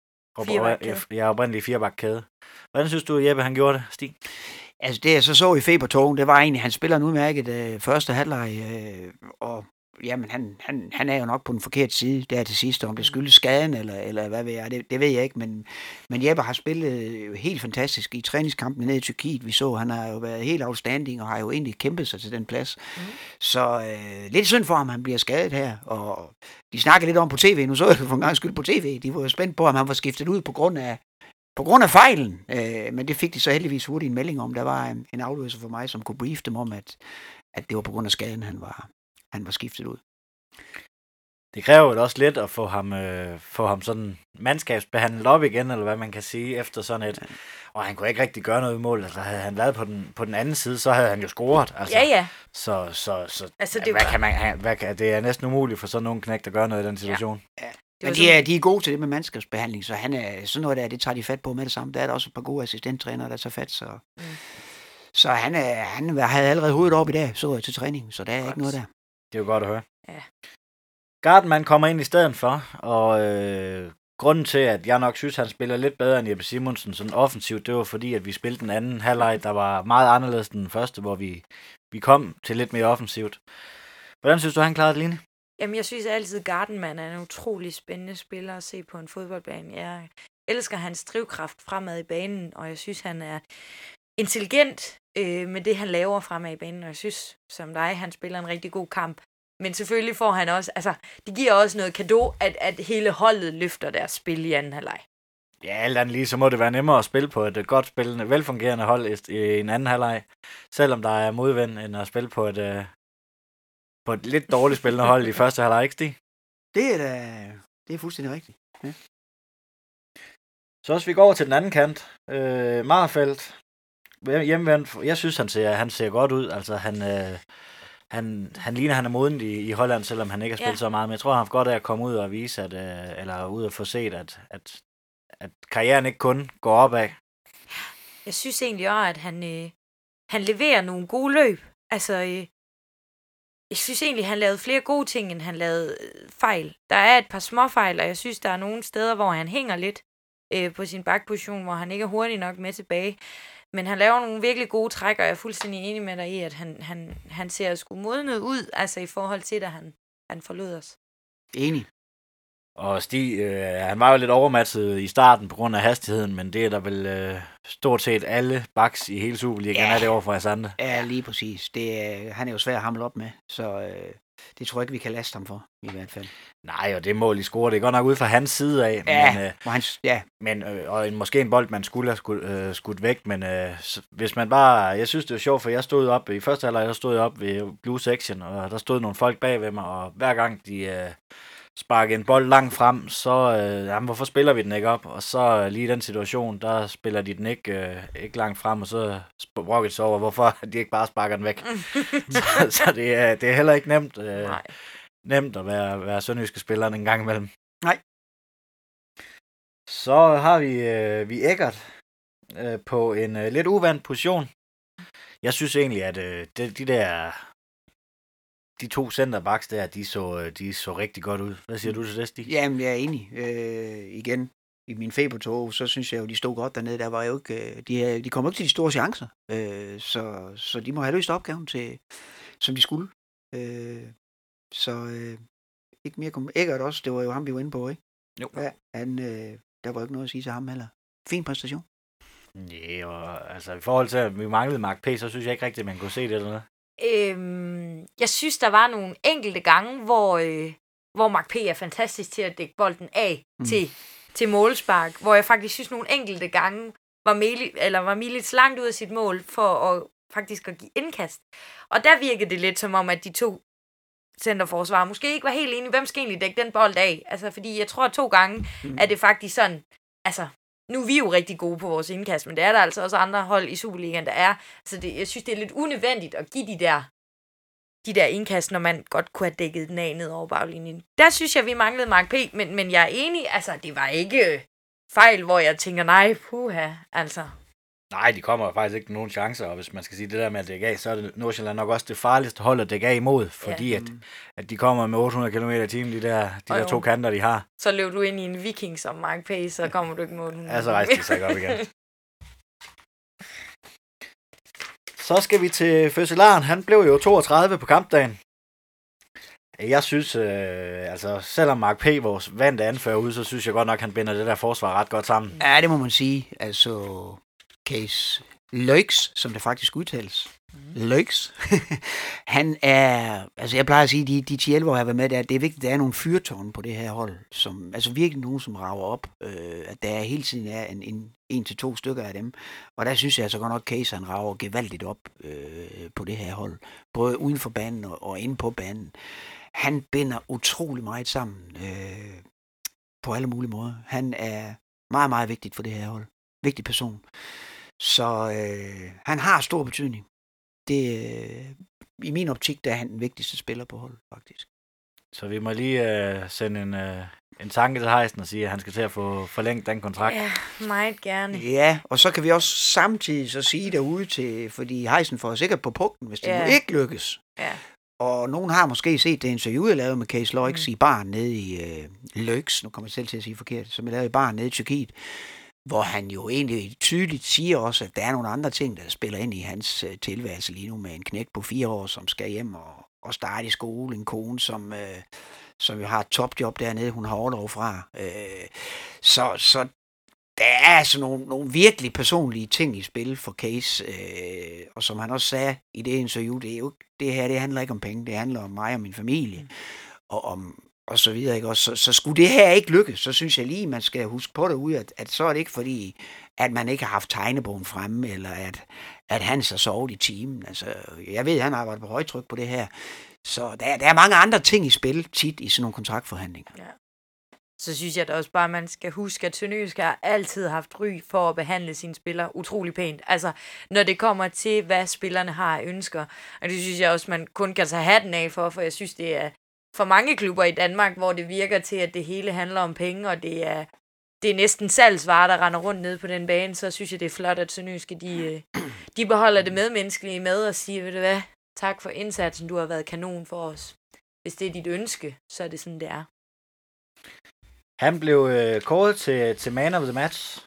firebakkæde. Hvordan synes du, Jeppe, han gjorde det, Stig? Altså det jeg så i Febertogen, det var egentlig, han spiller en udmærket første halvleg, og jamen han er jo nok på den forkerte side der til sidst, om det skyldes skaden eller hvad ved jeg, det ved jeg ikke, men Jeppe har spillet helt fantastisk i træningskampen nede i Tyrkiet. Vi så, han har jo været helt outstanding og har jo egentlig kæmpet sig til den plads. Så lidt synd for ham, han bliver skadet her, og de snakker lidt om på tv, nu så jeg det for en gang skyld på tv, de var jo spændt på, om han var skiftet ud på grund af fejlen, men det fik de så heldigvis hurtigt en melding om. Der var en afløser for mig, som kunne briefe dem om, at det var på grund af skaden, han var skiftet ud. Det kræver jo også lidt at få ham sådan mandskabsbehandlet op igen, eller hvad man kan sige, efter sådan et... Og han kunne ikke rigtig gøre noget i mål. Altså, havde han været på den anden side, så havde han jo scoret. Altså, ja. Så altså, det er næsten umuligt for sådan nogle knægt at gøre noget i den situation. Ja. Men de er gode til det med mandskabsbehandling, så han er sådan noget der, det tager de fat på med det samme. Der er der også et par gode assistenttrænere, der tager fat, så han havde allerede hovedet op i dag, så jeg til træning, så der er ikke noget der. Det er jo godt at høre. Ja. Gardenman kommer ind i stedet for, og grunden til, at jeg nok synes, han spiller lidt bedre end Jeppe Simonsen sådan offensivt, det var fordi, at vi spillede den anden halvleg, der var meget anderledes end den første, hvor vi kom til lidt mere offensivt. Hvordan synes du, han klarede det, Line? Jamen, jeg synes altid, Gardenman er en utrolig spændende spiller at se på en fodboldbane. Jeg elsker hans drivkraft fremad i banen, og jeg synes, han er intelligent med det, han laver fremad i banen, og jeg synes, som dig, han spiller en rigtig god kamp. Men selvfølgelig får han også, altså, det giver også noget cadeau, at hele holdet løfter deres spil i anden halvleg. Ja, alt andet lige, så må det være nemmere at spille på et godt spillende, velfungerende hold i en anden halvleg, selvom der er modvind, end at spille på et lidt dårligt spillende hold i første halvleg, ikke Stig? Det er fuldstændig rigtigt. Ja. Så hvis vi går over til den anden kant, Marfeldt, hjemvendt, jeg synes, han ser godt ud, altså han ligner, han er moden i Holland, selvom han ikke har spillet så meget, men jeg tror, han har godt af at komme ud og vise, eller ud og få set, at karrieren ikke kun går opad. Jeg synes egentlig også, at han leverer nogle gode løb. Altså, jeg synes egentlig, han lavede flere gode ting, end han lavede fejl. Der er et par småfejl, og jeg synes, der er nogle steder, hvor han hænger lidt på sin bakposition, hvor han ikke er hurtig nok med tilbage. Men han laver nogle virkelig gode træk, og jeg er fuldstændig enig med dig i, at han ser sgu modnet ud, altså i forhold til, da han forlod os. Enig. Og Stig, han var jo lidt overmatchet i starten på grund af hastigheden, men det er der vel stort set alle backs i hele Superligaen, er det over for Asante. Ja, lige præcis. Han er jo svær at hamle op med, så det tror jeg ikke, vi kan laste ham for, i hvert fald. Nej, og det mål, de scorer, det er godt nok ud fra hans side af. Ja, og måske en bold, man skulle have skudt væk, men hvis man bare... Jeg synes, det var sjovt, for jeg stod op i første halvleg, jeg stod op ved Blue Section, og der stod nogle folk bag ved mig, og hver gang de sparkede en bold langt frem, så hvorfor spiller vi den ikke op? Og så lige i den situation, der spiller de den ikke langt frem, og så brokker de sig over, hvorfor de ikke bare sparker den væk. så det er heller ikke nemt at være sønderjyske spillere en gang imellem. Nej. Så har vi Eggert på en lidt uvant position. Jeg synes egentlig, at de to centerbacks der, de så rigtig godt ud. Hvad siger du til det, Stig? Jamen, jeg er enig. Igen, i min febertog, så synes jeg jo, de stod godt dernede. Der var jo ikke, de kom ikke til de store chancer. Så de må have løst opgaven som de skulle. Ikke mere kom Eggert også. Det var jo ham, vi var inde på, ikke? Jo. Ja, der var ikke noget at sige til ham heller. Fin præstation. Ja, og altså i forhold til, at vi manglede Mark P., så synes jeg ikke rigtigt, at man kunne se det eller noget. Jeg synes, der var nogle enkelte gange, hvor Mark P. er fantastisk til at dække bolden af til målspark, hvor jeg faktisk synes, nogle enkelte gange var Milic langt ud af sit mål for at faktisk at give indkast. Og der virkede det lidt som om, at de to centerforsvarer måske ikke var helt enige, hvem skal egentlig dække den bold af? Altså, fordi jeg tror, at 2 gange er det faktisk sådan, altså, nu er vi jo rigtig gode på vores indkast, men det er der altså også andre hold i Superligaen, der er. Altså, jeg synes, det er lidt unødvendigt at give de der indkast, når man godt kunne have dækket den af ned over baglinjen. Der synes jeg, vi manglede Mark P., men jeg er enig, altså, det var ikke fejl, hvor jeg tænker, nej, puha, altså. Nej, de kommer faktisk ikke nogen chancer, og hvis man skal sige det der med at dække af, så er det Nordsjælland nok også det farligste hold at dække af imod, fordi at de kommer med 800 km i timen, de der to kanter, de har. Så løber du ind i en Viking som Mark Pace, så kommer du ikke mod den. Ja, så rejser de sig ikke op igen. Så skal vi til fødselaren. Han blev jo 32 på kampdagen. Jeg synes, altså selvom Mark P. vores vante anfører ude, så synes jeg godt nok, han binder det der forsvar ret godt sammen. Ja, det må man sige. Altså, Case Løjks, som det faktisk udtales. Løjks. Han er, altså jeg plejer at sige, de 10-11 år, jeg har været med der, det er vigtigt, der er nogle fyrtårne på det her hold, som, altså virkelig nogen, som rager op, at der hele tiden er en til to stykker af dem. Og der synes jeg altså godt nok, Case han rager gevaldigt op på det her hold. Både uden for banen og inde på banen. Han binder utrolig meget sammen på alle mulige måder. Han er meget, meget vigtigt for det her hold. Vigtig person. Så han har stor betydning. I min optik, der er han den vigtigste spiller på holdet, faktisk. Så vi må lige sende en tanke til Heisen og sige, at han skal til at få forlænget den kontrakt. Ja, meget gerne. Ja, og så kan vi også samtidig så sige derude til, fordi Heisen får sikkert på pukten, hvis det nu ikke lykkes. Ja. Og nogen har måske set det interview, jeg lavede med Case Løjks i baren nede i Løjks, nu kommer jeg selv til at sige forkert, som jeg lavede i baren nede i Tyrkiet, hvor han jo egentlig tydeligt siger også, at der er nogle andre ting, der spiller ind i hans tilværelse lige nu, med en knægt på 4 år, som skal hjem og starte i skole, en kone, som jo har et topjob dernede, hun har overlov fra. Så der er altså nogle virkelig personlige ting i spil for Case, og som han også sagde i det interview, det handler ikke om penge, det handler om mig og min familie, og så videre, ikke? Og så skulle det her ikke lykkes, så synes jeg lige, man skal huske på derude, at så er det ikke fordi, at man ikke har haft tegnebogen fremme, eller at han så sovet i timen. Altså, jeg ved, at han arbejder på højtryk på det her. Så der er mange andre ting i spil tit i sådan nogle kontraktforhandlinger. Ja. Så synes jeg da også bare, at man skal huske, at Sønderjysk har altid haft ry for at behandle sine spillere utrolig pænt. Altså, når det kommer til, hvad spillerne har af ønsker. Og det synes jeg også, man kun kan tage hatten af for jeg synes, det er for mange klubber i Danmark, hvor det virker til, at det hele handler om penge, og det er næsten salgsvarer, der render rundt nede på den bane, så synes jeg, det er flot, at Sønderjyske, de beholder det medmenneskelige med og siger, ved du hvad, tak for indsatsen, du har været kanon for os. Hvis det er dit ønske, så er det sådan, det er. Han blev kåret til man of the match.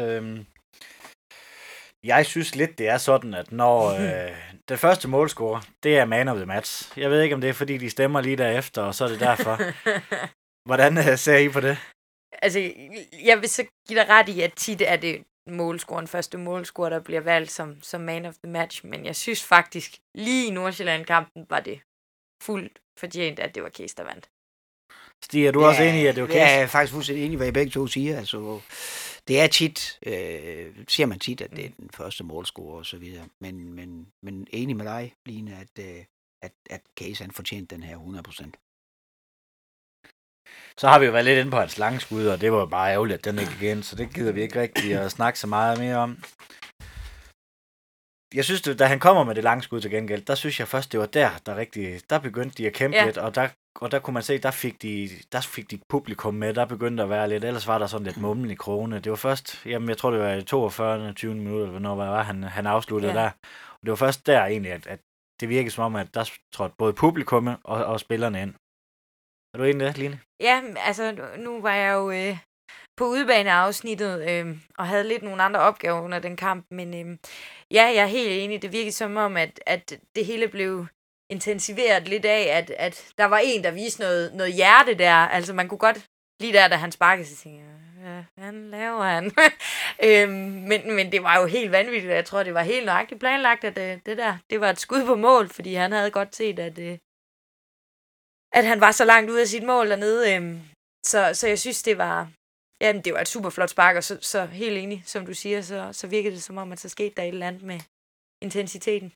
Jeg synes lidt, det er sådan, at når den første målscorer, det er man of the match. Jeg ved ikke, om det er, fordi de stemmer lige derefter, og så er det derfor. Hvordan ser I på det? Altså, jeg vil så give dig ret i, at tit er det målscoren, første målscorer, der bliver valgt som man of the match. Men jeg synes faktisk, lige i Nordsjælland-kampen var det fuldt fortjent, at det var Case, der vandt. Stig, er du også enig i, at det var Case? Ja, jeg er faktisk fuldstændig enig i, hvad I begge to siger. Altså, det er tit, siger man tit, at det er den første målscorer og så videre. Men enig med dig, Line, at Case han fortjente den her 100%. Så har vi jo været lidt inde på hans langskud, og det var bare ærgerligt, at den ikke igen, så det gider vi ikke rigtig at snakke så meget mere om. Jeg synes, da han kommer med det langskud til gengæld, der synes jeg først, det var der begyndte de at kæmpe lidt, og der kunne man se, der fik de publikum med, der begyndte at være lidt, ellers var der sådan lidt mumlen i krone. Det var først, jeg tror det var i 42. 20 minutter, eller hvornår var han afsluttede der. Og det var først der egentlig, at det virkede som om, at der trådte både publikum og spillerne ind. Er du enig i det, Line? Ja, altså nu var jeg jo på udebaneafsnittet og havde lidt nogle andre opgaver under den kamp, men jeg er helt enig. Det virkede som om, at det hele blev intensiveret lidt af, at der var en, der viste noget hjerte der. Altså man kunne godt, lige der, da han sparkede, så tænkte jeg, hvad laver han? Men det var jo helt vanvittigt. Jeg tror, det var helt nøjagtigt planlagt, at det var et skud på mål, fordi han havde godt set, at han var så langt ude af sit mål dernede. Så jeg synes, det var et super flot spark, og så helt enig, som du siger, så virkede det som om, at så skete der et eller andet med intensiteten.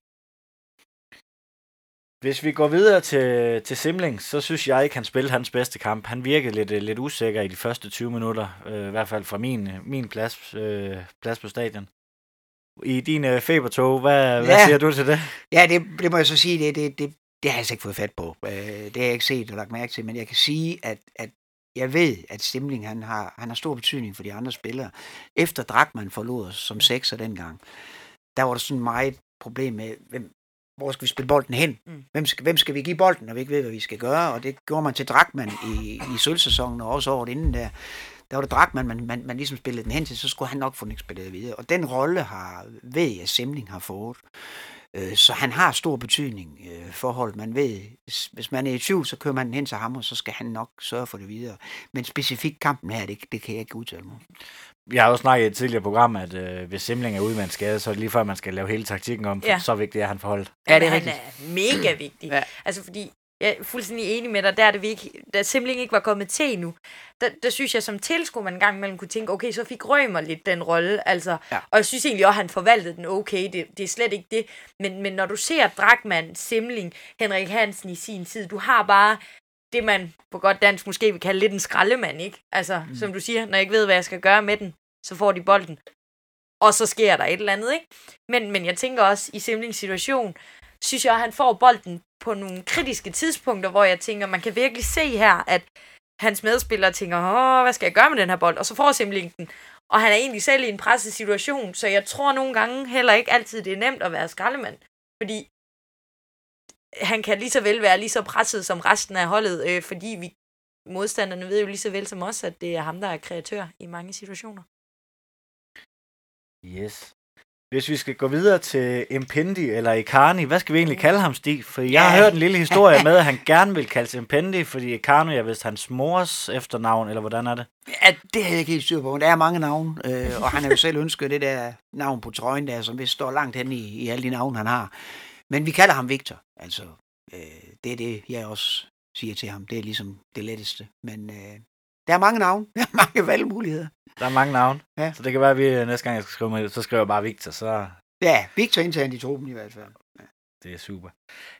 Hvis vi går videre til Simling, så synes jeg ikke, han spillede hans bedste kamp. Han virkede lidt usikker i de første 20 minutter, i hvert fald fra min plads på stadion. I din febertog, hvad siger du til det? Ja, det må jeg så sige, det har jeg altså ikke fået fat på. Det har jeg ikke set og lagt mærke til, men jeg kan sige, at jeg ved, at Stimling, han har stor betydning for de andre spillere. Efter Drachmann forlod os som sekser dengang, der var der sådan meget problem med, hvor skal vi spille bolden hen? Hvem skal vi give bolden, når vi ikke ved, hvad vi skal gøre? Og det gjorde man til Drachmann i sølvsæsonen, og også året inden der. Der var det Drachmann, man ligesom spillede den hen til, så skulle han nok få den ekspederet videre. Og den rolle ved jeg, at Semling har fået. Så han har stor betydning forhold. Man ved, hvis man er i tvivl, så kører man den hen til ham, og så skal han nok sørge for det videre. Men specifikt kampen her, det kan jeg ikke udtale mig. Vi har jo snakket i et tidligere program, at hvis Semling er ude med en skade, så er det lige før, man skal lave hele taktikken om, for så vigtigt er han forholdt. Ja, det er rigtigt. Han er mega vigtig. Ja. Altså fordi, jeg er fuldstændig enig med dig, da Semling ikke var kommet til endnu, der synes jeg som tilskuer, man en gang imellem kunne tænke, okay, så fik Rømer lidt den rolle, altså, og jeg synes egentlig også, at han forvaltede den okay, det er slet ikke det, men når du ser Drachmann, Semling, Henrik Hansen i sin tid, du har bare det, man på godt dansk måske vil kalde lidt en skraldemand, ikke? Altså, som du siger, når jeg ikke ved, hvad jeg skal gøre med den, så får de bolden, og så sker der et eller andet, ikke? Men jeg tænker også, i Semlings situation, synes jeg, at han får bolden på nogle kritiske tidspunkter, hvor jeg tænker, man kan virkelig se her, at hans medspillere tænker, hvad skal jeg gøre med den her bold? Og så får Semling den. Og han er egentlig selv i en presset situation, så jeg tror nogle gange heller ikke altid, det er nemt at være skraldemand. Fordi han kan lige så vel være lige så presset som resten af holdet, fordi modstanderne ved jo lige så vel som os, at det er ham, der er kreatør i mange situationer. Yes. Hvis vi skal gå videre til Mpendi eller Ikani, hvad skal vi egentlig kalde ham, Stig? For jeg har hørt en lille historie med, at han gerne vil kaldes Mpendi, fordi Ikani er vist hans mors efternavn, eller hvordan er det? Ja, det havde jeg ikke helt styr på. Der er mange navne, og han har jo selv ønsket det der navn på trøjen der, som vist står langt hen i alle de navne, han har. Men vi kalder ham Victor, altså. Det er det, jeg også siger til ham. Det er ligesom det letteste. Men der er mange navne, der er mange valgmuligheder. Der er mange navne, ja. Så det kan være, at vi næste gang, jeg skal skrive med det, så skriver jeg bare Victor, så... Ja, Victor indtager i truppen i hvert fald. Ja. Det er super.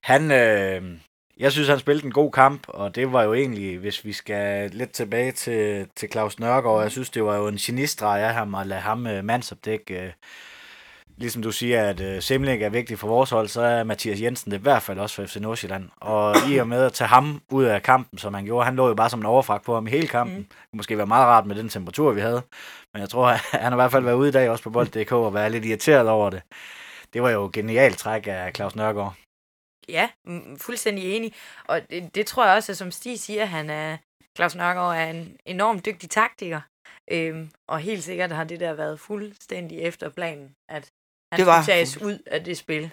Jeg synes, han spillede en god kamp, og det var jo egentlig, hvis vi skal lidt tilbage til Claus Nørgaard, jeg synes, det var jo en genistreg af ham at lade ham mandsopdække. Ligesom du siger, at Semling er vigtig for vores hold, så er Mathias Jensen det i hvert fald også for FC Nordsjælland. Og i og med at tage ham ud af kampen, som han gjorde, han lå jo bare som en overfragt på ham i hele kampen. Det måske være meget rart med den temperatur, vi havde. Men jeg tror, han har i hvert fald været ude i dag også på bold.dk og været lidt irriteret over det. Det var jo et genialt træk af Claus Nørgaard. Ja, fuldstændig enig. Og det tror jeg også, at som Stig siger, Claus Nørgaard er en enormt dygtig taktiker. Og helt sikkert har det der været fuldstændig efter planen, at han skulle tages ud af det spil.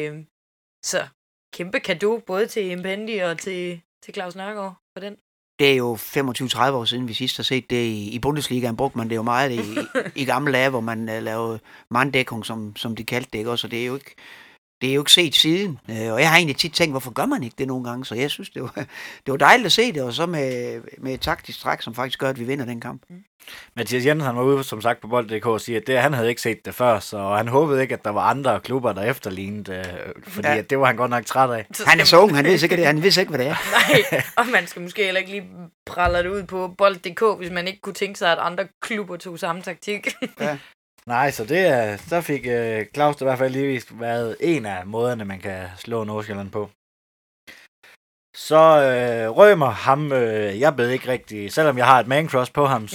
Så kæmpe cadeau både til Mpendi og til Claus Nørgaard for den. Det er jo 25-30 år siden, vi sidst har set det i Bundesligaen. Brugte man det jo meget i gamle dage, hvor man lavede manddækning, som de kaldte det, ikke? Så det er jo ikke set siden. Og jeg har egentlig tit tænkt, hvorfor gør man ikke det nogle gange? Så jeg synes, det var dejligt at se det, og så med et taktisk træk, som faktisk gør, at vi vinder den kamp. Mathias Jensen, han var ude, som sagt, på bold.dk og siger, at han havde ikke set det før, så han håbede ikke, at der var andre klubber, der efterlignede, fordi at det var han godt nok træt af. Han er så ung, han ved ikke, hvad det er. Nej, og man skal måske heller ikke lige pralle det ud på bold.dk, hvis man ikke kunne tænke sig, at andre klubber tog samme taktik. Ja. Nej, så fik Claus i hvert fald lige været en af måderne, man kan slå Nordsjælland på. Så Rømer, ham, jeg bed ikke rigtig, selvom jeg har et man-crush på ham,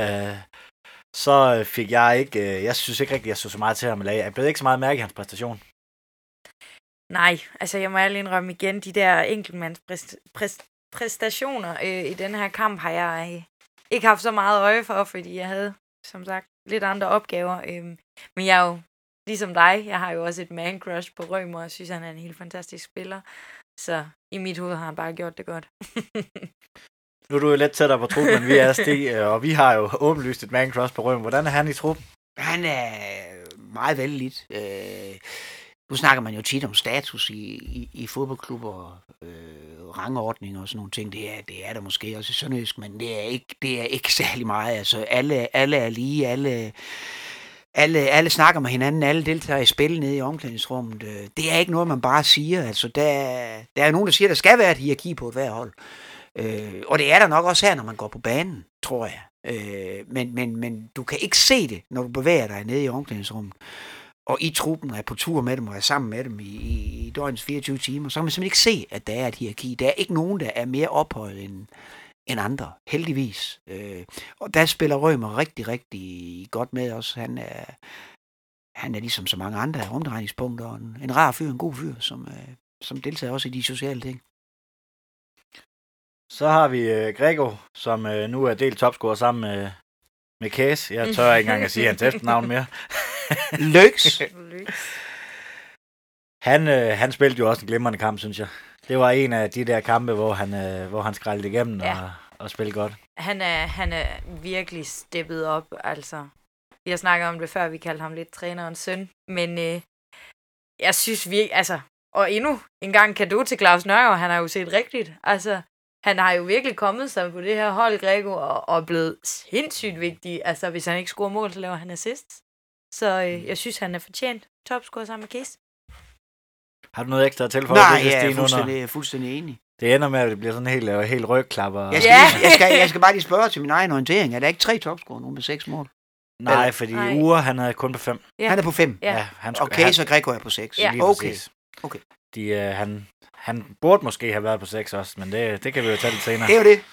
så fik jeg ikke, jeg synes ikke rigtig, jeg så meget til ham at lage. Jeg bed ikke så meget mærke i hans præstation. Nej, altså jeg må ærlig indrømme igen, de der enkeltmandspræstationer i den her kamp har jeg ikke haft så meget øje for, fordi jeg havde, som sagt, lidt andre opgaver. Men jeg er jo, ligesom dig, jeg har jo også et man-crush på Rømer, og synes, han er en helt fantastisk spiller. Så i mit hoved har han bare gjort det godt. Nu er du jo lidt tættere på truppen, end vi er, Stig, og vi har jo åbenlyst et man-crush på Rømer. Hvordan er han i truppen? Han er meget vældigt. Nu snakker man jo tit om status i fodboldklubber, rangordning og sådan nogle ting. Det er der måske også i Sønderjysk, men det er ikke særlig meget. Altså alle er lige, alle snakker med hinanden, alle deltager i spil nede i omklædningsrummet. Det er ikke noget, man bare siger. Altså, der er nogen, der siger, at der skal være et hierarki på et hver hold. Og det er der nok også her, når man går på banen, tror jeg. Men du kan ikke se det, når du bevæger dig nede i omklædningsrummet. Og i truppen er på tur med dem og er sammen med dem i døgnets 24 timer, så kan man simpelthen ikke se, at der er et hierarki. Der er ikke nogen, der er mere ophøjet end andre, heldigvis. Og der spiller Rømer rigtig, rigtig godt med os. Han er ligesom så mange andre omdrejningspunkter, og en rar fyr, en god fyr, som deltager også i de sociale ting. Så har vi Grego, som nu er delt topscorer sammen med Kæs. Jeg tør ikke engang at sige hans efternavn mere. Lyks! Han spillede jo også en glimrende kamp, synes jeg. Det var en af de der kampe, hvor han skrællede igennem og spillede godt. Han er virkelig steppet op, altså. Vi har snakket om det før, vi kaldte ham lidt trænerens søn. Men jeg synes virkelig, altså, og endnu en gang cadeau til Claus Nørgaard, han har jo set rigtigt. Altså, han har jo virkelig kommet sig på det her hold, Grego, og er blevet sindssygt vigtig. Altså, hvis han ikke scorer mål, så laver han assist. Så jeg synes, han er fortjent topscorer sammen med Kæs. Har du noget ekstra at tilføje? Nej, jeg er fuldstændig enig. Det ender med, at det bliver sådan helt rygklapper. Jeg skal bare lige spørge til min egen orientering. Er der ikke 3 topscorer nu med 6 mål? Nej, fordi Ure, han er kun på 5. Ja. Han er på 5? Ja. Så Grego er på 6. Ja. Okay. Han burde måske have været på 6 også, men det kan vi jo tage lidt senere. Det er jo det.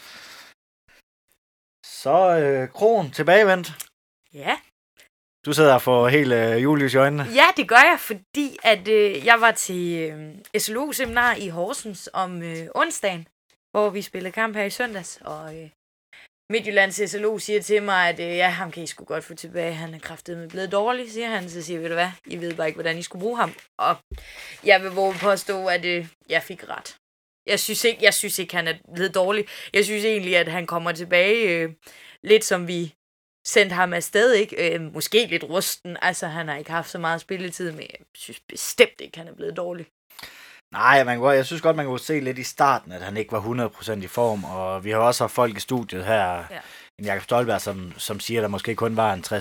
Så Kron tilbagevendt. Ja. Du sidder og får helt julelys i øjnene. Ja, det gør jeg, fordi at jeg var til SLO-seminar i Horsens om onsdagen, hvor vi spillede kamp her i søndags, og Midtjyllands SLO siger til mig, at ham kan I sgu godt få tilbage. Han er kraftedeme blevet dårlig, siger han. Så siger jeg, ved du hvad, I ved bare ikke, hvordan I skulle bruge ham. Og jeg vil våge påstå, at jeg fik ret. Jeg synes ikke, han er blevet dårlig. Jeg synes egentlig, at han kommer tilbage lidt som vi sendte ham afsted, ikke? Måske lidt rusten. Altså, han har ikke haft så meget spilletid, men jeg synes bestemt ikke, han er blevet dårlig. Nej, jeg synes godt, man kunne se lidt i starten, at han ikke var 100% i form, og vi har også haft folk i studiet her, en Jakob Stolberg, som siger, at der måske kun var en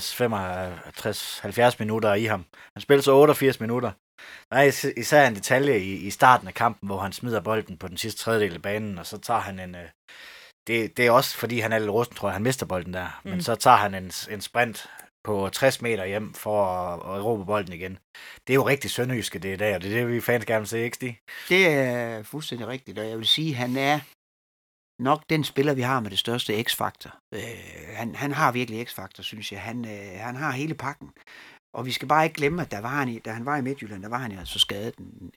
60-70 minutter i ham. Han spillede så 88 minutter. Der er især en detalje i starten af kampen, hvor han smider bolden på den sidste tredjedel af banen, og så tager han en... Det er også, fordi han er lidt rusten, tror jeg, han mister bolden der. Men så tager han en sprint på 60 meter hjem for at erobre bolden igen. Det er jo rigtig sønderjyske, det i dag, og det er det, vi fans gerne vil se, ikke Stig? Det er fuldstændig rigtigt, og jeg vil sige, at han er nok den spiller, vi har med det største x-faktor. Han har virkelig x-faktor, synes jeg. Han har hele pakken. Og vi skal bare ikke glemme, at da han var i Midtjylland, der var han altså skadet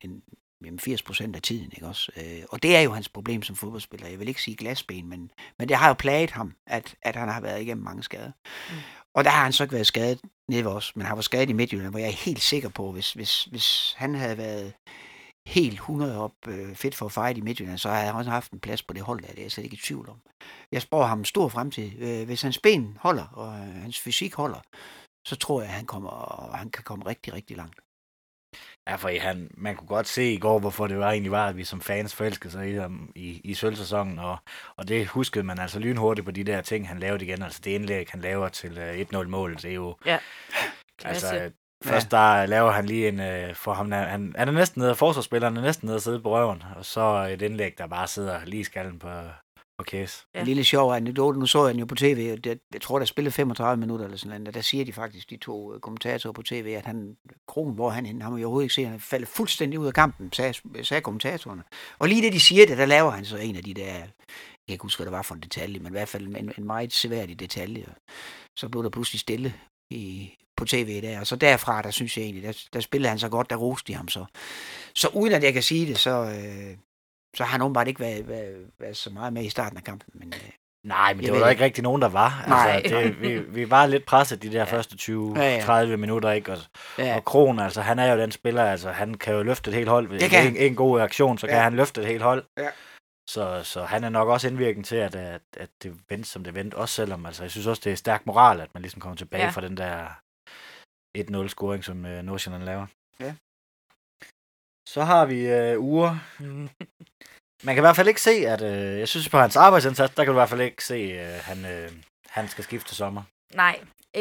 80% af tiden, ikke også? Og det er jo hans problem som fodboldspiller. Jeg vil ikke sige glasben, men det har jo plaget ham, at han har været igennem mange skader. Og der har han så ikke været skadet nede ved os, men han var skadet i Midtjylland, hvor jeg er helt sikker på, hvis han havde været helt 100 op fedt for at fight i Midtjylland, så havde han også haft en plads på det hold, der det er jeg slet ikke i tvivl om. Jeg spår ham stor fremtid. Hvis hans ben holder, og hans fysik holder, så tror jeg, at han kan komme rigtig, rigtig langt. Ja, for man kunne godt se i går, hvorfor det egentlig var, at vi som fans forelskede sig i ham i sølvsæsonen, og det huskede man altså lynhurtigt på de der ting, han lavede igen. Altså det indlæg, han laver til 1-0-mål, det er jo... Ja. Altså, først der laver han lige for ham, han er næsten nede af forsvarsspilleren, er næsten nede at sidde på røven, og så et indlæg, der bare sidder lige i skallen på Kæs. Ja. En lille sjov anekdote, nu så jeg den jo på tv, jeg tror, der spillede 35 minutter eller sådan noget, der siger de faktisk, de 2 kommentatorer på tv, at Kron, hvor han har jo overhovedet ikke set, han faldet fuldstændig ud af kampen, sagde kommentatorerne. Og lige det, de siger det, der laver han så en af de der, jeg kan ikke huske, hvad det var for en detalje, men i hvert fald en meget seværdig detalje. Så blev der pludselig stille på tv der, og så derfra, der synes jeg egentlig, der spillede han så godt, der roste de ham så. Så uden at jeg kan sige det, så har han åbenbart ikke været så meget med i starten af kampen. Men, nej, men det var der ikke rigtig nogen, der var. Altså, vi var lidt presset de der første 20-30 minutter, ikke? Og Kron, altså, han er jo den spiller, altså, han kan jo løfte et helt hold. Ved en god aktion, så kan han løfte et helt hold. Ja. Så han er nok også indvirkende til, at det vendte, som det vendte, også selvom, altså, jeg synes også, det er stærk moral, at man ligesom kommer tilbage fra den der 1-0-scoring, som Nordsjælland laver. Ja. Så har vi Ure. Man kan i hvert fald ikke se, at... jeg synes, på hans arbejdsindsats, der kan du i hvert fald ikke se, at han skal skifte til sommer. Nej.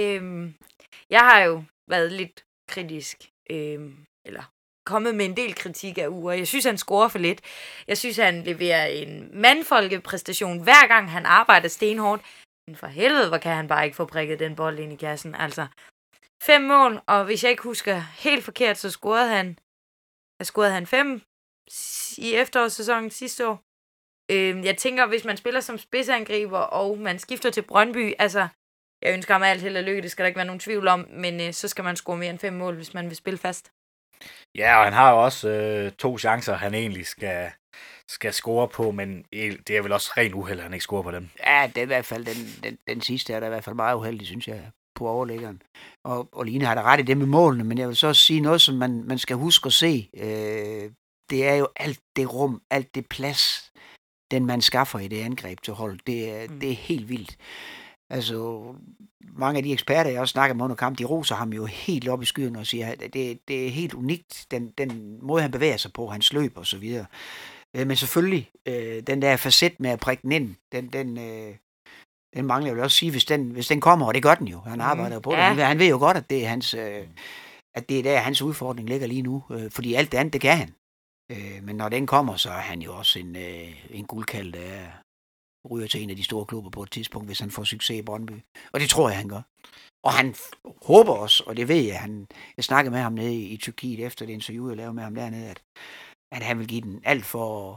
Jeg har jo været lidt kritisk, eller kommet med en del kritik af Ure. Jeg synes, han scorer for lidt. Jeg synes, han leverer en mandfolkepræstation, hver gang han arbejder stenhårdt. Men for helvede, hvor kan han bare ikke få prikket den bold ind i kassen. Altså, 5 mål, og hvis jeg ikke husker helt forkert, så scorede han 5 i efterårssæsonen sidste år. Jeg tænker, hvis man spiller som spidsangriber, og man skifter til Brøndby, altså, jeg ønsker ham alt held og lykke, det skal der ikke være nogen tvivl om, men så skal man score mere end 5 mål, hvis man vil spille fast. Ja, og han har jo også 2 chancer, han egentlig skal score på, men det er vel også ren uheld, at han ikke scorer på dem. Ja, det er i hvert fald den sidste er der i hvert fald meget uheldig, synes jeg, på overlæggeren. Og Line har da ret i det med målene, men jeg vil så også sige noget, som man skal huske at se. Det er jo alt det rum, alt det plads, den man skaffer i det angreb til hold. Det er helt vildt. Altså, mange af de eksperter, jeg også snakker med under kamp, de roser ham jo helt op i skyerne og siger, at det er helt unikt, den måde, han bevæger sig på, hans løb og så videre. Men selvfølgelig, den der facet med at prikke den ind, den mangler jeg vil også sige, hvis den kommer, og det gør den jo. Han arbejder på det. Han ved jo godt, at det er hans, at det er der, hans udfordring ligger lige nu. Fordi alt det andet, det kan han. Men når den kommer, så er han jo også en guldkald, der ryger til en af de store klubber på et tidspunkt, hvis han får succes i Brøndby. Og det tror jeg, han gør. Og han håber også, og det ved jeg, jeg snakkede med ham nede i Tyrkiet efter det interview, jeg lavede med ham dernede, at han vil give den alt for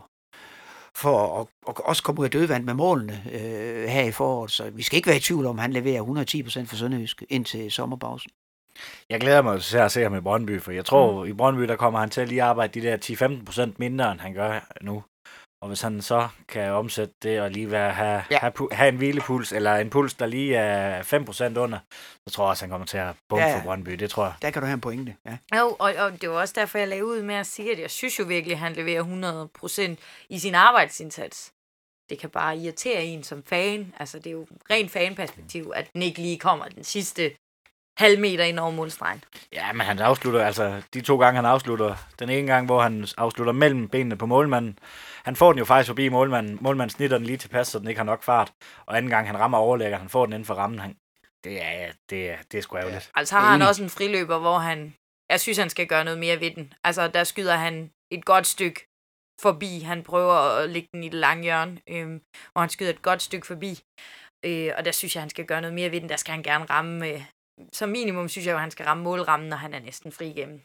at også komme ud af dødvand med målene her i foråret. Så vi skal ikke være i tvivl om, at han leverer 110% for Sønderjysk indtil sommerpausen. Jeg glæder mig til at se ham i Brøndby, for jeg tror, i Brøndby, der kommer han til at lige arbejde de der 10-15% mindre, end han gør nu. Og hvis han så kan omsætte det og lige have en hvilepuls, eller en puls, der lige er 5% under, så tror jeg også, han kommer til at bombe for Brøndby. Det tror jeg. Der kan du have en pointe, ja. Jo, og det var også derfor, jeg lagde ud med at sige, at jeg synes jo virkelig, at han leverer 100% i sin arbejdsindsats. Det kan bare irritere en som fan. Altså, det er jo rent fanperspektiv, at den ikke lige kommer den sidste halv meter ind over målstregen. Ja, men han afslutter, altså de 2 gange, han afslutter. Den ene gang, hvor han afslutter mellem benene på målmanden. Han får den jo faktisk forbi målmanden. Målmanden snitter den lige tilpas, så den ikke har nok fart. Og anden gang, han rammer overlægger, han får den inden for rammen. Det er sgu ærgerligt. Altså har han også en friløber, hvor jeg synes, han skal gøre noget mere ved den. Altså, der skyder han et godt stykke forbi. Han prøver at lægge den i det lange hjørne, hvor han skyder et godt stykke forbi. Og der synes jeg, han skal gøre noget mere ved den. Der skal han gerne ramme. Som minimum synes jeg jo, han skal ramme målrammen, når han er næsten fri igennem.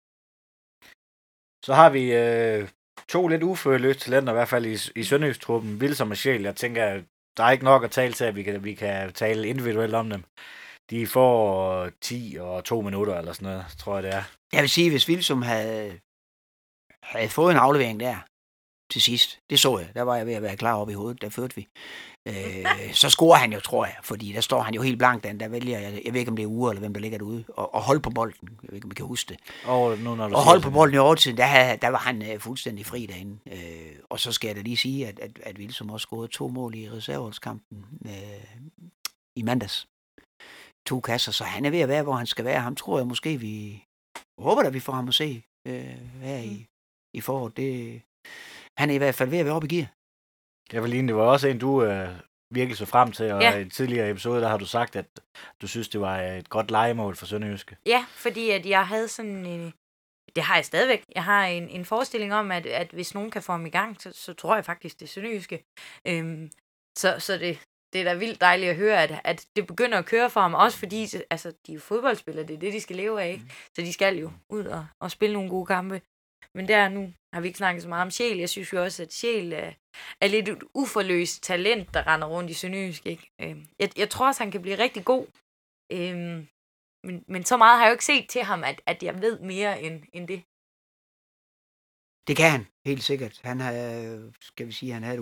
Så har vi 2 lidt uforløste talenter, i hvert fald i Sønderjysk-truppen, Wilson og Scheel. Jeg tænker, der er ikke nok at tale til, at vi kan tale individuelt om dem. De får 10 og 2 minutter, eller sådan noget, tror jeg det er. Jeg vil sige, hvis Wilson havde fået en aflevering der til sidst, det så jeg, der var jeg ved at være klar op i hovedet, der førte vi. Så scorer han jo, tror jeg, fordi der står han jo helt blank, der vælger jeg ved ikke, om det er Ure, eller hvem der ligger derude, og holde på bolden, jeg ved ikke, om I kan huske det. Og holde på bolden i overtiden, der var han fuldstændig fri derinde. Og så skal jeg da lige sige, at Wilson også scorede 2 mål i reserveholdskampen i mandags. 2 kasser, så han er ved at være, hvor han skal være. Ham tror jeg måske, vi håber, at vi får ham at se her i foråret. Han er i hvert fald ved at være oppe i gear. Jeg vil ligne, det var også en, du virkelig så frem til, og i en tidligere episode, der har du sagt, at du synes, det var et godt lejemål for Sønderjyske. Ja, fordi at jeg havde sådan, det har jeg stadigvæk, jeg har en forestilling om, at hvis nogen kan få ham i gang, så tror jeg faktisk, det er Sønderjyske. Så det er da vildt dejligt at høre, at det begynder at køre for ham, også fordi, altså, de er jo fodboldspillere, det er det, de skal leve af, så de skal jo ud og spille nogle gode kampe. Men nu har vi ikke snakket så meget om Scheel. Jeg synes jo også, at Scheel er lidt et uforløst talent, der render rundt i Sønderjysk. Ikke? Jeg tror også, han kan blive rigtig god. Men så meget har jeg jo ikke set til ham, at jeg ved mere end det. Det kan han, helt sikkert. Han har, skal vi sige, han havde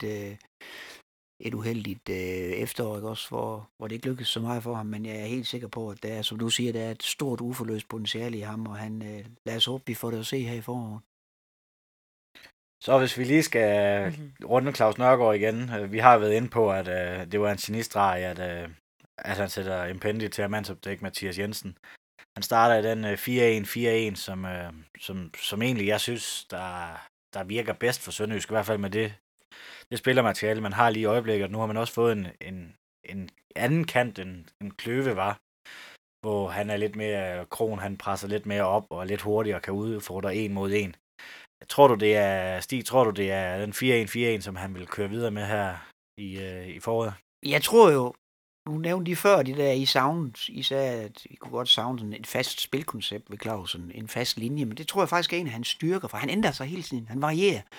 et uheldigt efterår, ikke? Også hvor det ikke lykkedes så meget for ham, men jeg er helt sikker på, at der er, som du siger, der er et stort uforløst potentiale i ham, og han, lad os håbe, vi får det at se her i foråret. Så hvis vi lige skal runde Claus Nørgaard igen, vi har været inde på, at det var en genistreg, at han sætter Impendi til at mandsopdække Mathias Jensen. Han starter i den 4-1, som egentlig, jeg synes, der virker bedst for Sønderjysk, i hvert fald med det spillermateriale, man har lige i øjeblikket. Nu har man også fået en anden kant, end Kløve var, hvor han er lidt mere kron, han presser lidt mere op og lidt hurtigere kan udfordre 1 mod 1. Tror du, det er den 4-1, som han vil køre videre med her i foråret? Jeg tror jo, nu nævnte de før, de der I sagde, at I kunne godt savne sådan et fast spilkoncept ved Clausen, en fast linje, men det tror jeg faktisk er en af hans styrker, for han ændrer sig hele tiden, han varierer.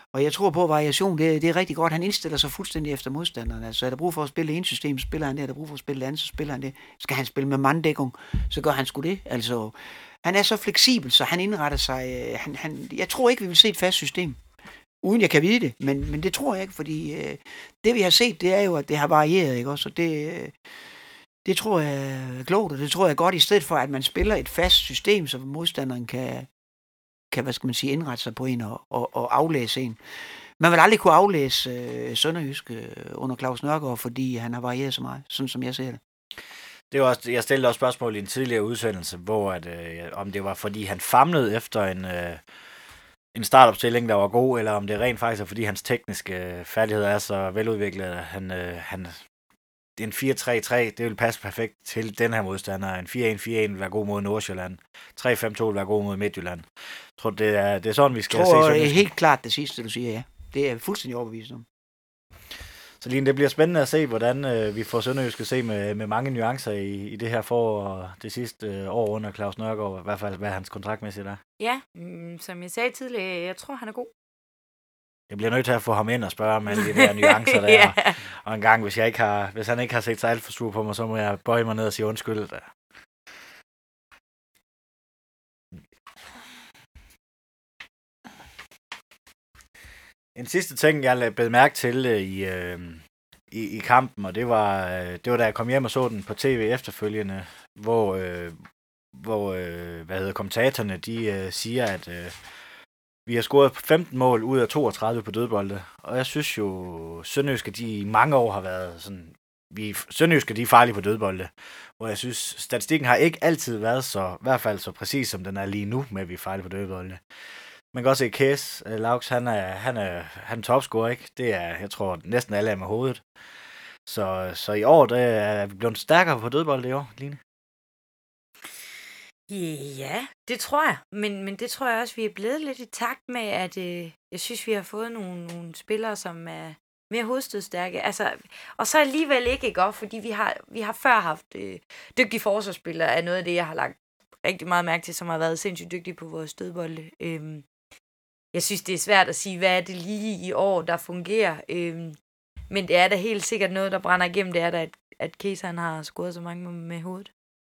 Og jeg tror på, at variation, det er rigtig godt. Han indstiller sig fuldstændig efter modstanderen. Altså, er der brug for at spille et system, så spiller han det. Er der brug for at spille det andet, så spiller han det. Skal han spille med manddækning, så gør han sgu det. Altså, han er så fleksibel, så han indretter sig. Jeg tror ikke, vi vil se et fast system. Uden jeg kan vide det, men det tror jeg ikke, fordi det vi har set, det er jo, at det har varieret, ikke også? Og det tror jeg er klogt, og det tror jeg er godt, i stedet for, at man spiller et fast system, så modstanderen kan hvad skal man sige, indrette sig på en og aflæse en. Man vil aldrig kunne aflæse Sønderjysk under Claus Nørgaard, fordi han har varieret så meget, sådan som jeg ser det. Det var også, jeg stillede også spørgsmål i en tidligere udsendelse, hvor om det var, fordi han famlede efter en startopstilling, der var god, eller om det rent faktisk er, fordi hans tekniske færdigheder er så veludviklet, at han det er en 4-3-3, det vil passe perfekt til den her modstander. En 4-1-4-1 vil være god mod Nordsjælland. 3-5-2 vil være god mod Midtjylland. Jeg tror, det er sådan, vi skal se. Det er helt klart det sidste, du siger, ja. Det er fuldstændig overbevist om. Så Line, det bliver spændende at se, hvordan vi får Sønderjysk at se med mange nuancer i det her forår og det sidste år under Claus Nørgaard, i hvert fald hvad hans kontraktmæssigt er. Ja, som jeg sagde tidligere, jeg tror, han er god. Jeg bliver nødt til at få ham ind og spørge om alle de der nuancer der. Yeah. Og en gang, hvis han ikke har set sig alt for sur på mig, så må jeg bøje mig ned og sige undskyld. En sidste ting, jeg blev mærke til i kampen, og det var da jeg kom hjem og så den på tv efterfølgende, hvor kommentatorerne, de siger, at vi har scoret 15 mål ud af 32 på dødbolde, og jeg synes jo, Sønderjyske, de i mange år har været sådan, Sønderjyske, de er farlige på dødbolde, hvor jeg synes, statistikken har ikke altid været så, i hvert fald så præcis, som den er lige nu, med at vi er farlige på dødbolde. Man kan også se Kæs, Laux, han er topscorer, ikke? Det er, jeg tror, næsten alle er med hovedet. Så i år, der er vi blevet stærkere på dødbolde i år, Line. Ja, det tror jeg. Men det tror jeg også, vi er blevet lidt i takt med, at jeg synes, vi har fået nogle spillere, som er mere hovedstødstærke. Altså, og så alligevel ikke op, fordi vi har før haft dygtige forsvarsspillere, er noget af det, jeg har lagt rigtig meget mærke til, som har været sindssygt dygtige på vores dødbolde. Jeg synes, det er svært at sige, hvad er det lige i år, der fungerer. Men det er da helt sikkert noget, der brænder igennem. Det er da, at Kæs, han har scoret så mange med hovedet.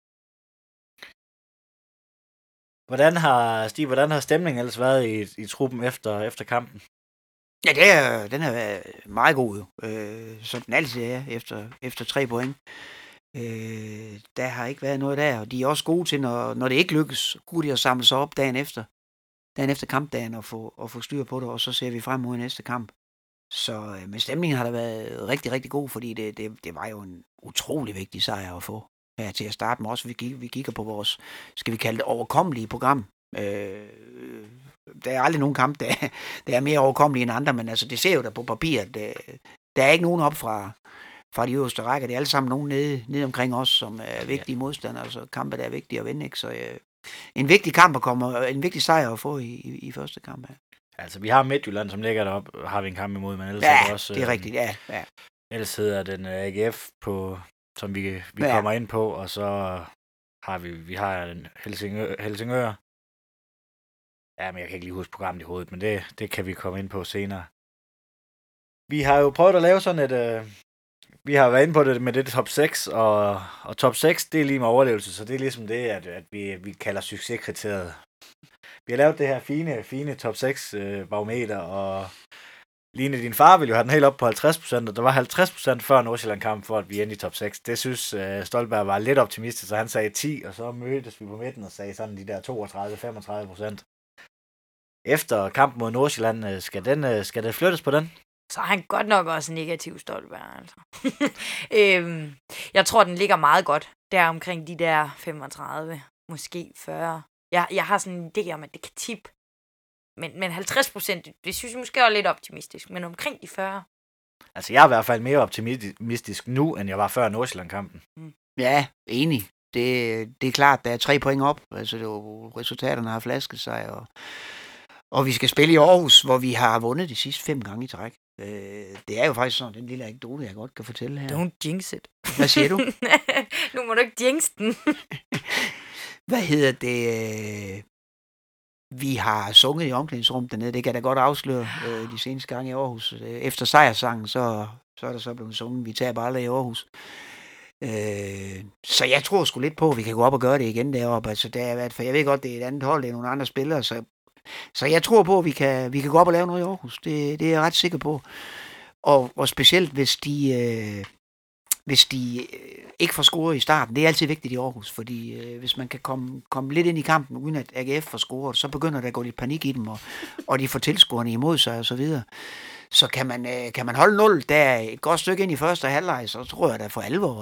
Hvordan har stemningen ellers været i truppen efter kampen? Ja, den har været meget god, som den altid er, efter 3 point. Der har ikke været noget der, og de er også gode til, når det ikke lykkes, gode de at samle sig op dagen efter kampdagen og få styr på det, og så ser vi frem mod næste kamp. Så med stemningen har der været rigtig, rigtig god, fordi det var jo en utrolig vigtig sejr at få her til at starte med. Også vi kigger på vores, skal vi kalde det, overkommelige program. Der er aldrig nogen kamp, der er mere overkommelige end andre, men altså, det ser jo der på papiret. Der er ikke nogen op fra de øverste rækker. Det er alle sammen nogen nede omkring os, som er vigtige modstandere. Altså kampe, der er vigtige at vinde, ikke? Så en vigtig kamp en vigtig sejr at få i første kamp her. Altså, vi har Midtjylland, som ligger deroppe, har vi en kamp imod, men ellers ja, er det også... det er rigtigt, ja. Ellers hedder den AGF, som vi kommer ind på, og så har vi har en Helsingør. Ja, men jeg kan ikke lige huske programmet i hovedet, men det kan vi komme ind på senere. Vi har jo prøvet at lave sådan et... Vi har været inde på det med det top 6, og top 6, det er lige med overlevelse, så det er ligesom det, at vi kalder succeskriteriet. Vi har lavet det her fine top 6 barometer, og Line, din far ville jo have den helt op på 50%, og der var 50% før Nordsjælland-kampen for, at vi endte i top 6. Det synes Stolberg var lidt optimistisk, så han sagde 10, og så mødtes vi på midten og sagde sådan de der 32-35%. Efter kampen mod Nordsjælland, skal det flyttes på den? Så er han godt nok også negativ Stolberg, altså. Jeg tror, den ligger meget godt der omkring de der 35, måske 40. Jeg har sådan en idé om, at det kan tippe. Men 50%, det synes jeg måske er lidt optimistisk, men omkring de 40. Altså, jeg er i hvert fald mere optimistisk nu, end jeg var før Nordsjælland-kampen. Ja, enig. Det er klart, der er 3 point op. Altså, resultaterne har flasket sig, og vi skal spille i Aarhus, hvor vi har vundet de sidste 5 gange i træk. Det er jo faktisk sådan en lille anekdote, jeg godt kan fortælle her. Don't jinx it. Hvad siger du? Nu må du ikke jinx den. Hvad hedder det? Vi har sunget i omklædningsrum dernede, det kan jeg da godt afsløre de seneste gange i Aarhus. Efter sejrssangen, så er der så blevet sunget, vi taber aldrig i Aarhus. Så jeg tror sgu lidt på, at vi kan gå op og gøre det igen deroppe. Altså, der er i hvert fald, jeg ved godt, det er et andet hold, det er nogle andre spillere, så jeg tror på, at vi kan gå op og lave noget i Aarhus. Det er jeg ret sikker på. Og specielt hvis de ikke får scoret i starten. Det er altid vigtigt i Aarhus, fordi hvis man kan komme lidt ind i kampen, uden at AGF får scoret, så begynder der at gå lidt panik i dem, og de får tilskuerne imod sig og så videre. Så kan man holde 0 der et godt stykke ind i første halvleg, så tror jeg da for alvor,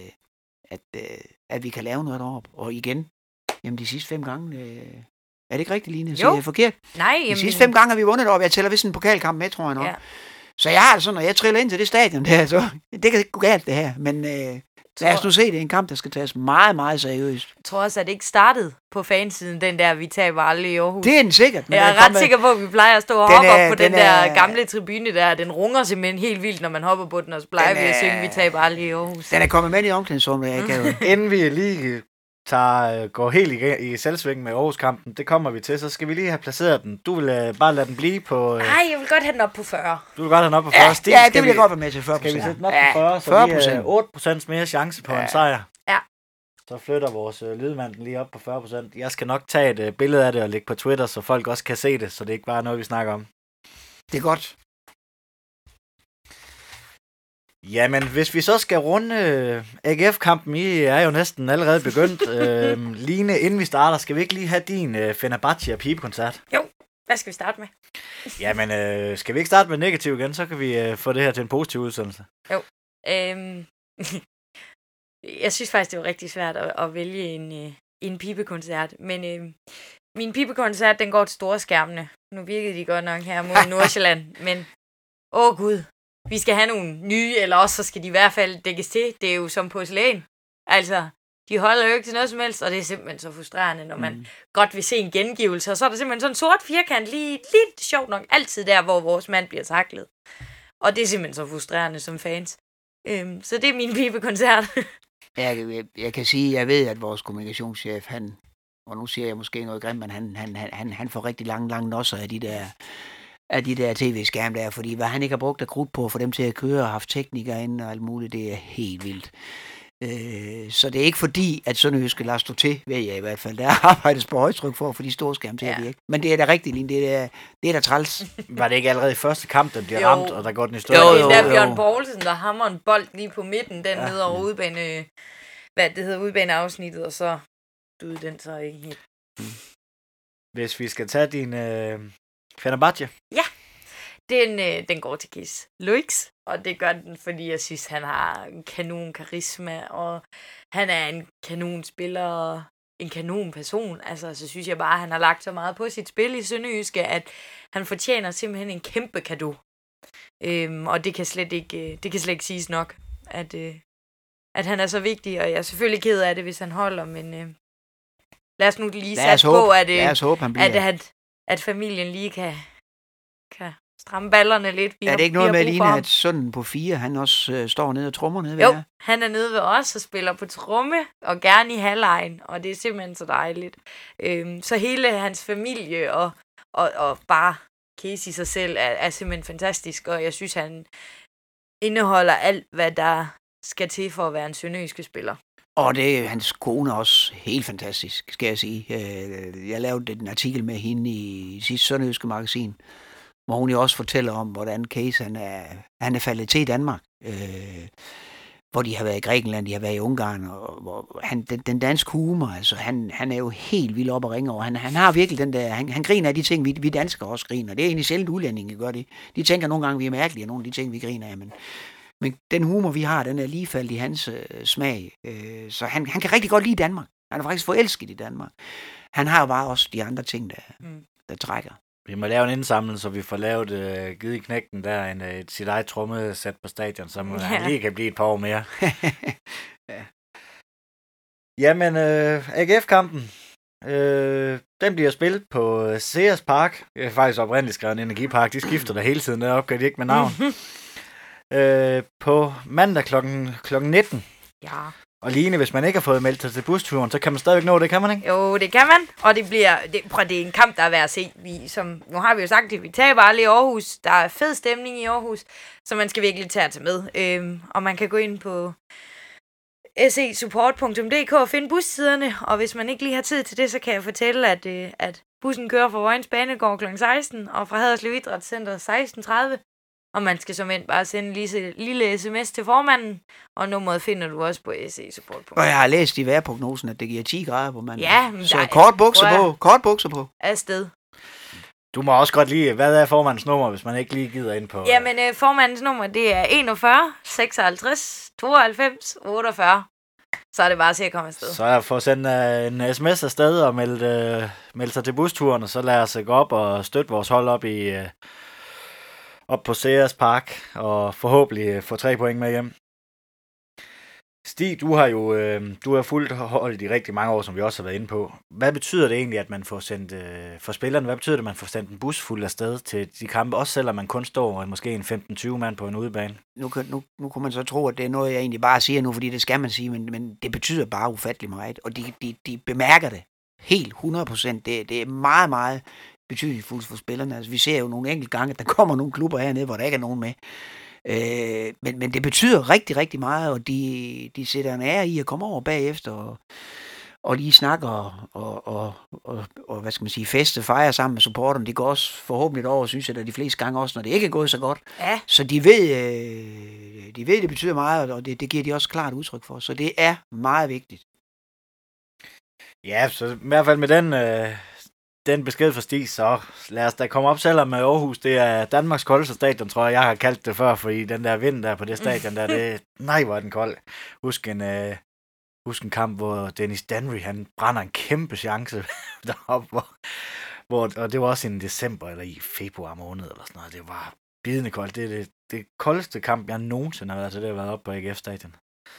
at vi kan lave noget deroppe. Og igen, jamen de sidste 5 gange, er det ikke rigtigt, Line? Så er jeg forkert? Nej, de sidste 5 gange har vi vundet deroppe. Jeg tæller vist en pokalkamp med, tror jeg nok. Ja. Så jeg har det sådan, når jeg triller ind til det stadion der, så det kan ikke gå galt det her, men lad os nu se, det er en kamp, der skal tages meget, meget seriøst. Jeg tror også, at det ikke startede på fansiden, den der, vi taber aldrig i Aarhus. Det er den sikkert. Jeg er ret sikker på, at vi plejer at stå og hoppe op på den der gamle tribune der. Den runger simpelthen helt vildt, når man hopper på den, og så plejer vi at synge, vi taber aldrig i Aarhus. Den er kommet med i omklædningsrummet, jeg kan jo. Inden vi lige går helt i selvsving med Aarhus-kampen, det kommer vi til, så skal vi lige have placeret den. Du vil bare lade den blive på... Nej, jeg vil godt have den op på 40. Du vil godt have den op på 40. Ja, det vil jeg godt være med til 40%. Skal vi sætte den op på 40, så vi er 8% mere chance på en sejr. Ja. Så flytter vores lydmand den lige op på 40%. Jeg skal nok tage et billede af det og lægge på Twitter, så folk også kan se det, så det ikke bare er noget, vi snakker om. Det er godt. Jamen, hvis vi så skal runde AGF-kampen, I er jo næsten allerede begyndt. Line, inden vi starter, skal vi ikke lige have din Fenerbahce og pibekoncert? Jo, hvad skal vi starte med? Jamen, skal vi ikke starte med negativ igen, så kan vi få det her til en positiv udsendelse. Jo. Jeg synes faktisk, det var rigtig svært at vælge en pibekoncert, men min pibekoncert, den går til store skærmene. Nu virkede de godt nok her mod Nordsjælland, men gud. Vi skal have nogle nye, eller også så skal de i hvert fald dækkes til. Det er jo som porcelæn. Altså, de holder jo ikke til noget som helst, og det er simpelthen så frustrerende, når man godt vil se en gengivelse. Og så er der simpelthen sådan en sort firkant, lige sjovt nok, altid der, hvor vores mand bliver taklet. Og det er simpelthen så frustrerende som fans. Så det er min pibekoncert. Jeg kan sige, jeg ved, at vores kommunikationschef, og nu siger jeg måske noget grimt, men han får rigtig lange nosser af de der tv-skærme der, fordi hvad han ikke har brugt af krudt på for dem til at køre og haft teknikere inde og alt muligt, det er helt vildt. Så det er ikke fordi, at Sønderjyske lader stå til, ved jeg i hvert fald. Der arbejdes på højtryk for de store skærme til det ikke. Men det er da rigtigt, Line. Det er da træls. Var det ikke allerede i første kamp, der bliver ramt, og der går den i stå? Jo. Der er Bjørn Poulsen, der hammer en bold lige på midten, den ned over udebaneafsnittet, og så duede den så ikke helt. Hvis vi skal tage din Fenerbahce. Ja, den går til Gis Luix, og det gør den, fordi jeg synes, han har en kanon karisma, og han er en kanon spiller, og en kanon person. Altså, så synes jeg bare, at han har lagt så meget på sit spil i Sønderjyske, at han fortjener simpelthen en kæmpe cadeau. Og det kan slet ikke siges nok, at han er så vigtig, og jeg er selvfølgelig ked af det, hvis han holder, men lad os nu lige satse på, at familien lige kan stramme ballerne lidt. Er det ikke noget med, Line, at sønnen på 4, han også står nede og trommer nede ved jer? Jo, han er nede ved os og spiller på tromme, og gerne i halvlejen, og det er simpelthen så dejligt. Så hele hans familie og bare Case i sig selv er simpelthen fantastisk, og jeg synes, han indeholder alt, hvad der skal til for at være en sønderjyske spiller. Og det er hans kone også helt fantastisk, skal jeg sige. Jeg lavede en artikel med hende i sidste Sønderjyske magasin, hvor hun jo også fortæller om, hvordan Case han er faldet til i Danmark. Hvor de har været i Grækenland, de har været i Ungarn, og hvor den danske humor, altså han er jo helt vild op og ringe over. Han har virkelig den der, han griner af de ting, vi danskere også griner. Det er egentlig sjældent udlændinge, gør det. De tænker nogle gange, vi er mærkelige, og nogle af de ting, vi griner af, men den humor, vi har, den er lige faldet i hans smag. Så han kan rigtig godt lide Danmark. Han er faktisk forelsket i Danmark. Han har jo bare også de andre ting, der trækker. Vi må lave en indsamling, så vi får lavet givet i knægten der sit eget trommesæt på stadion, så han lige kan blive et par år mere. Ja. Jamen, AGF-kampen, den bliver spillet på Sears Park. Det er faktisk oprindeligt skrevet en energipark. De skifter der hele tiden, der opgør de ikke med navn. På mandag kl. 19. Ja. Og Line, hvis man ikke har fået meldt sig til busturen, så kan man stadigvæk nå det, kan man ikke? Jo, det kan man, og det er en kamp, der er værd at se. Nu har vi jo sagt, at vi taber aldrig i Aarhus. Der er fed stemning i Aarhus, så man skal virkelig tage til med. Og man kan gå ind på sesupport.dk og finde bussiderne, og hvis man ikke lige har tid til det, så kan jeg fortælle, at bussen kører fra Vojens Banegård kl. 16, og fra Haderslev Idrætscenter 16.30. Og man skal som end bare sende lille sms til formanden, og nummeret finder du også på sesupport. Og jeg har læst i vejrprognosen, at det giver 10 grader på mandag. Ja, men så kort bukser på. Afsted. Du må også godt lide, hvad er formandens nummer, hvis man ikke lige gider ind på... Jamen, formandens nummer, det er 41 56 92 48. Så er det bare at se at komme afsted. Så jeg får sendt en sms afsted og melde sig til busturen, og så lad os gå op og støtte vores hold op på Sears Park, og forhåbentlig få 3 point med hjem. Stig, du har fulgt holdet i rigtig mange år, som vi også har været inde på. Hvad betyder det egentlig, at man får sendt for spillerne? Hvad betyder det, at man får sendt en bus fuld afsted til de kampe, også selvom man kun står måske en 15-20 mand på en udebane? Nu kunne man så tro, at det er noget, jeg egentlig bare siger nu, fordi det skal man sige, men det betyder bare ufattelig meget, og de bemærker det helt 100%. Det er meget, meget betydningsfuldt for spillerne. Altså, vi ser jo nogle enkelte gange, at der kommer nogle klubber hernede, hvor der ikke er nogen med. Men det betyder rigtig, rigtig meget, og de sætter en ære i at komme over bagefter og lige snakke og hvad skal man sige, feste, fejre sammen med supporterne. Det går også forhåbentlig over, synes jeg, da de fleste gange også, når det ikke er gået så godt. Ja. Så de ved, det betyder meget, og det giver de også klart udtryk for. Så det er meget vigtigt. Ja, så i hvert fald med den besked for Stig, så lad os da komme op, selvom Aarhus, det er Danmarks koldeste stadion, tror jeg har kaldt det før, fordi den der vind der på det stadion der, nej, hvor er den kold. Husk en kamp, hvor Dennis Danry, han brænder en kæmpe chance deroppe, og det var også i december, eller i februar måned, eller sådan noget, det var bidende koldt. Det er det koldeste kamp, jeg nogensinde har været til, det har været oppe på AGF-stadion.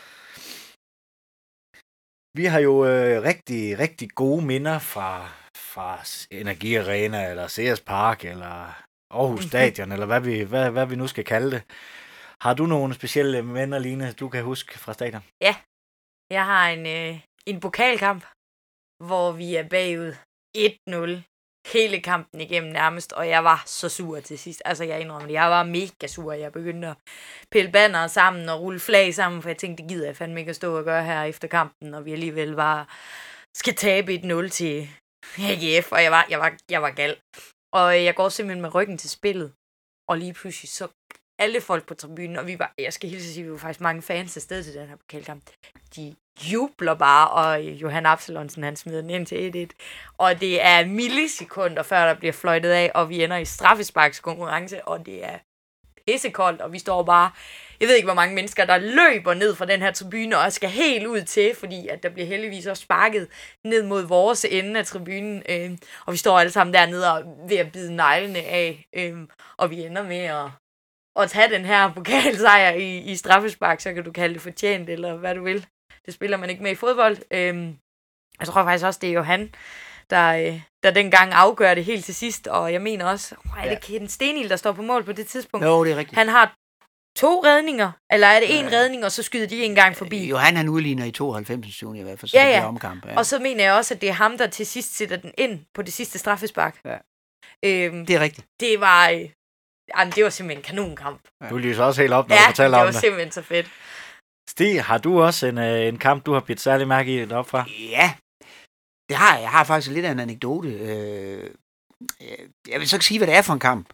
Vi har jo rigtig, rigtig gode minder fra Energi Arena, eller Sears Park, eller Aarhus Stadion, eller hvad vi nu skal kalde det. Har du nogle specielle minder, Line, du kan huske fra stadion? Ja, jeg har en pokalkamp, hvor vi er bagud 1-0 hele kampen igennem nærmest, og jeg var så sur til sidst. Altså, jeg indrømmer det. Jeg var mega sur. Jeg begyndte at pille banner sammen og rulle flag sammen, for jeg tænkte, det gider jeg fandme ikke at stå og gøre her efter kampen, og vi alligevel bare skal tabe 1-0 til AGF, og jeg var gal. Og jeg går simpelthen med ryggen til spillet, og lige pludselig så alle folk på tribunen, og jeg skal hilse at sige, vi var faktisk mange fans afsted til den her pokalkamp, de jubler bare, og Johan Absalonsen, han smider den ind til 1-1. Og det er millisekunder, før der bliver fløjtet af, og vi ender i straffesparkskonkurrence, og det er pissekoldt, og vi står bare, jeg ved ikke, hvor mange mennesker, der løber ned fra den her tribune, og skal helt ud til, fordi at der bliver heldigvis også sparket ned mod vores ende af tribunen, og vi står alle sammen dernede og ved at bide neglene af, og vi ender med at tage den her pokalsejr i straffespark, så kan du kalde det fortjent, eller hvad du vil. Det spiller man ikke med i fodbold. Jeg tror faktisk også, det er Johan, der dengang afgør det helt til sidst, og jeg mener også, er det Kjell Stenil, der står på mål på det tidspunkt? Jo, det er rigtigt. Han har 2 redninger, eller er det 1 redning, og så skyder de en gang forbi? Johan, han udligner i 92. i hvert fald, så det bliver omkamp. Ja. Og så mener jeg også, at det er ham, der til sidst sætter den ind på det sidste straffespark. Ja. Det er rigtigt. Det var simpelthen en kanonkamp. Ja. Du lyser også helt op, når du fortæller om det. Ja, det var simpelthen så fedt. Stig, har du også en kamp, du har bidt særlig mærke i deroppe fra? Ja, det har jeg. Jeg har faktisk lidt af en anekdote. Jeg vil så ikke sige, hvad det er for en kamp,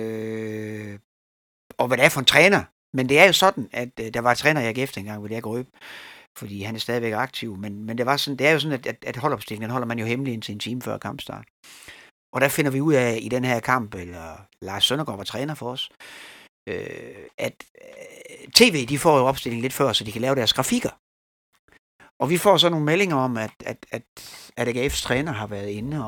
og hvad det er for en træner. Men det er jo sådan, at der var en træner i AGF engang, hvor jeg går op, fordi han er stadigvæk aktiv. Men det er jo sådan, at holdopstillingen holder man jo hemmelig indtil en time før kampstart. Og der finder vi ud af i den her kamp, eller Lars Søndergaard var træner for os, at TV, de får jo opstillingen lidt før, så de kan lave deres grafikker. Og vi får så nogle meldinger om, at AGF's træner har været inde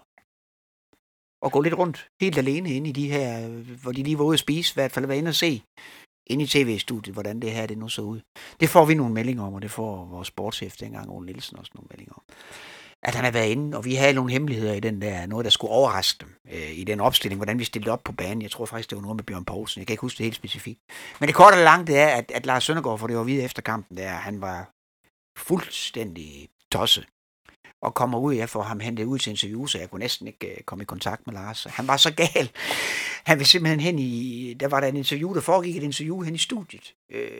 og gå lidt rundt helt alene inde i de her, hvor de lige var ude at spise, i hvert fald var inde og se inde i tv-studiet, hvordan det her det nu så ud. Det får vi nogle meldinger om, og det får vores sportschef dengang, Ole Nielsen, også nogle meldinger om. At han har været inde, og vi havde nogle hemmeligheder i den der, noget der skulle overraske dem i den opstilling, hvordan vi stillede op på banen. Jeg tror faktisk, det var noget med Bjørn Poulsen. Jeg kan ikke huske det helt specifikt. Men det korte og langt, det er, at Lars Søndergaard, for det var videre efter kampen, der han var fuldstændig tosset. Og kommer ud, jeg får ham hentet ud til interview, så jeg kunne næsten ikke komme i kontakt med Lars. Han var så gal. Han ville simpelthen hen i... Der var der en interview, der foregik et interview hen i studiet,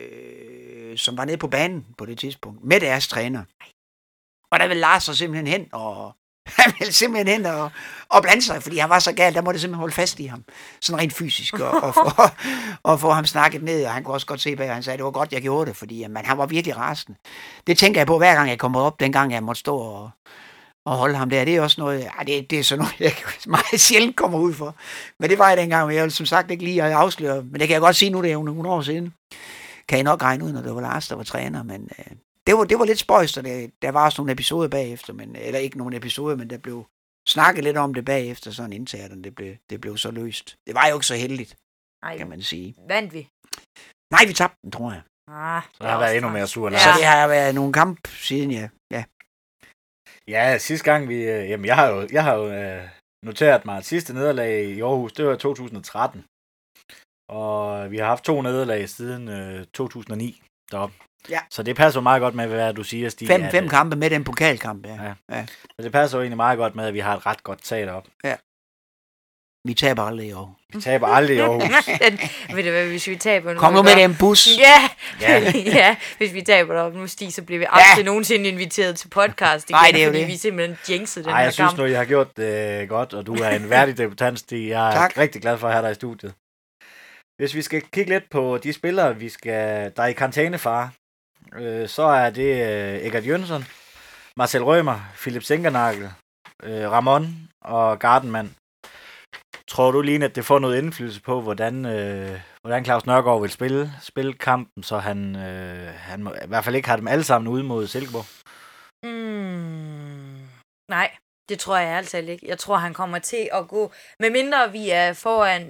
som var nede på banen på det tidspunkt, med deres træner. Og der ville Lars så simpelthen hen, og han ville simpelthen hen og blande sig, fordi han var så gal, der måtte simpelthen holde fast i ham. Sådan rent fysisk, og få ham snakket ned, og han kunne også godt se bag, han sagde, det var godt, jeg gjorde det, fordi han var virkelig rasende. Det tænker jeg på, hver gang jeg kommer op, dengang jeg måtte stå og holde ham der. Det er også noget, det er sådan noget, jeg meget sjældent kommer ud for. Men det var jeg dengang, men jeg ville som sagt ikke lige at afsløre. Men det kan jeg godt sige nu, det er jo nogle år siden. Kan jeg nok regne ud, når det var Lars, der var træner, men det var lidt spøjst, og der var også nogle episoder bagefter, eller ikke nogle episoder, men der blev snakket lidt om det bagefter, sådan internt, det blev så løst. Det var jo ikke så heldigt, kan man sige. Vandt vi? Nej, vi tabte den, tror jeg. Så har jeg været endnu mere sur. Ja. Så det har været nogle kamp siden, ja. Ja, sidste gang jamen jeg har jo noteret mig, at sidste nederlag i Aarhus, det var 2013. Og vi har haft 2 nederlag siden 2009 deroppe. Ja. Så det passer jo meget godt med, hvad du siger, Stig. 5 kampe med den pokalkamp, ja. Så det passer jo egentlig meget godt med, at vi har et ret godt tag deroppe. Ja. Vi taber aldrig i år. Vi taber aldrig i Aarhus. Ved du hvad, hvis vi taber... Kom nu med den bus. Ja, hvis vi taber deroppe nu, Stig, så bliver vi aldrig nogensinde inviteret til podcast igen. Nej, det er jo fordi det. vi simpelthen jinxede den her kamp. Jeg synes nu, I har gjort det godt, og du er en værdig debutant, Stig. Jeg er rigtig glad for at have dig i studiet. Hvis vi skal kigge lidt på de spillere, der er i karantænefare, så er det Egert Jønsson, Marcel Rømer, Philip Sinkernagel, Ramon og Gardenman. Tror du lige, at det får noget indflydelse på, hvordan Claus Nørgaard vil spille kampen, så han i hvert fald ikke har dem alle sammen ude mod Silkeborg? Nej, det tror jeg altså ikke. Jeg tror, han kommer til at gå, medmindre vi er foran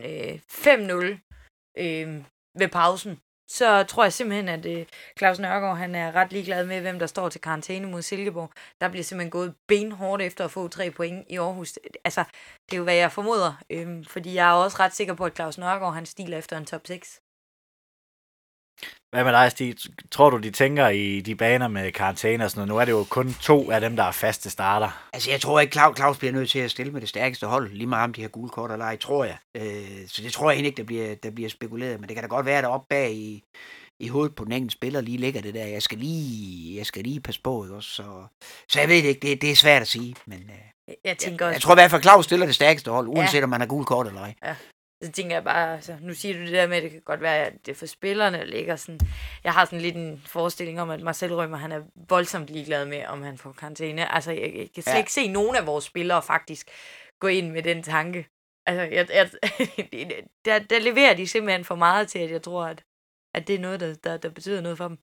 5-0 ved pausen, så tror jeg simpelthen, at Claus Nørgaard, han er ret ligeglad med, hvem der står til karantæne mod Silkeborg. Der bliver simpelthen gået benhårdt efter at få 3 point i Aarhus. Altså, det er jo, hvad jeg formoder. Fordi jeg er også ret sikker på, at Claus Nørgaard, han stiler efter en top 6. Hvad med dig, Stig? Tror du, de tænker i de baner med karantæne og sådan noget? Nu er det jo kun 2 af dem, der er faste starter. Altså, jeg tror ikke, Claus bliver nødt til at stille med det stærkeste hold, lige meget om de har gule kort eller ej, tror jeg. Så det tror jeg egentlig ikke, der bliver spekuleret. Men det kan da godt være, at der oppe bag i hovedet på den enkelte spiller lige ligger det der. Jeg skal lige passe på, ikke også? Så jeg ved ikke, det er svært at sige. Men jeg tænker også... Jeg tror i hvert fald, Claus stiller det stærkeste hold, uanset om man har gule kort eller ej. Ja. Så tænker jeg bare, altså, nu siger du det der med, at det kan godt være, at det for spillerne ligger sådan... Jeg har sådan lidt en forestilling om, at Marcel Rømer, han er voldsomt ligeglad med, om han får karantæne. Altså, jeg kan slet ikke se nogen af vores spillere faktisk gå ind med den tanke. Altså, der leverer de simpelthen for meget til, at jeg tror, at det er noget, der betyder noget for dem.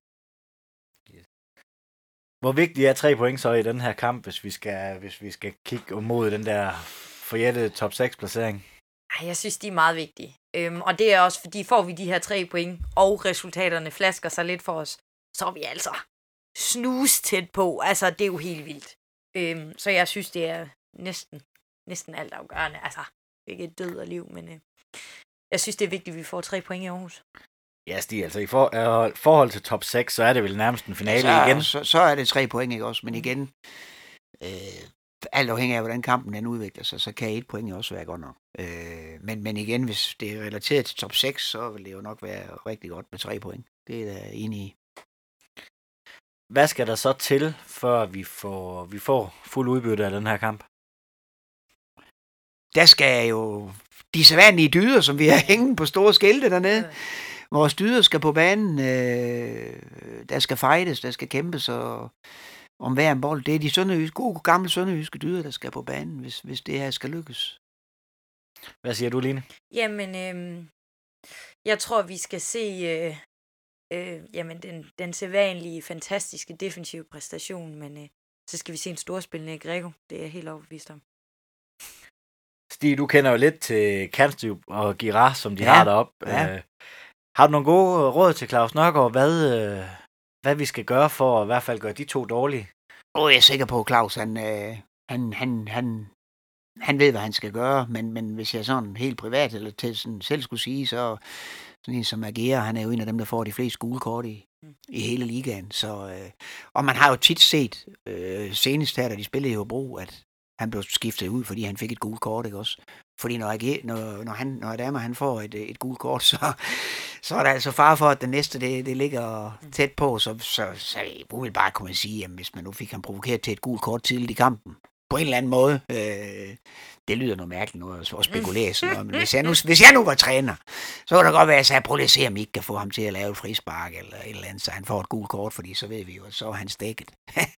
Hvor vigtigt er 3 point så i den her kamp, hvis vi skal kigge mod den der forjættede top 6-placering? Jeg synes, de er meget vigtige. Og det er også, fordi får vi de her 3 point, og resultaterne flasker sig lidt for os, så er vi altså snus tæt på. Altså, det er jo helt vildt. Så jeg synes, det er næsten alt afgørende. Altså, ikke et død og liv, men jeg synes, det er vigtigt, at vi får 3 point i Aarhus. Ja, Stig, altså i forhold til top 6, så er det vel nærmest en finale igen. Så er det 3 point, ikke også? Men igen, alt afhængig af, hvordan kampen den udvikler sig, så kan 1 point også være godt nok. Men igen, hvis det er relateret til top 6, så vil det jo nok være rigtig godt med 3 point. Det er jeg enig i. Hvad skal der så til, før vi får fuld udbytte af den her kamp? Der skal jo de sædvanlige dyder, som vi har hængt på store skilte dernede. Vores dyder skal på banen. Der skal fightes, der skal kæmpes om hver en bold. Det er de gode gamle sønderjyske dyder, der skal på banen, hvis det her skal lykkes. Hvad siger du, Line? Jamen, jeg tror, vi skal se den sædvanlige, fantastiske defensive præstation, men så skal vi se en storspillende Grego. Det er jeg helt overbevist om. Stig, du kender jo lidt til Kantstyb og Girard, som de har deroppe. Ja. Har du nogle gode råd til Claus Nørgaard, hvad vi skal gøre for at i hvert fald gøre de 2 dårlige? Jeg er sikker på, at Claus, han ved, hvad han skal gøre, men hvis jeg sådan helt privat eller til sådan selv skulle sige, så sådan en som Agera, han er jo en af dem, der får de fleste gule kort i hele ligaen. Så, og man har jo tit set, senest her, da de spillede i Hobro, at han blev skiftet ud, fordi han fik et gult kort, ikke også? Fordi når Adama han får et gult kort, så er der altså fare for, at den næste, det ligger tæt på, så umiddelbart kunne man sige, at hvis man nu fik ham provokeret til et gult kort tidligt i kampen, på en eller anden måde, det lyder noget mærkeligt noget at spekulere sådan noget, men hvis jeg nu var træner, så kunne det godt være, at jeg sagde, prøv lige at se, om I ikke kan få ham til at lave et frispark eller et eller andet, så han får et gult kort, fordi så ved vi jo, at så er han stækket.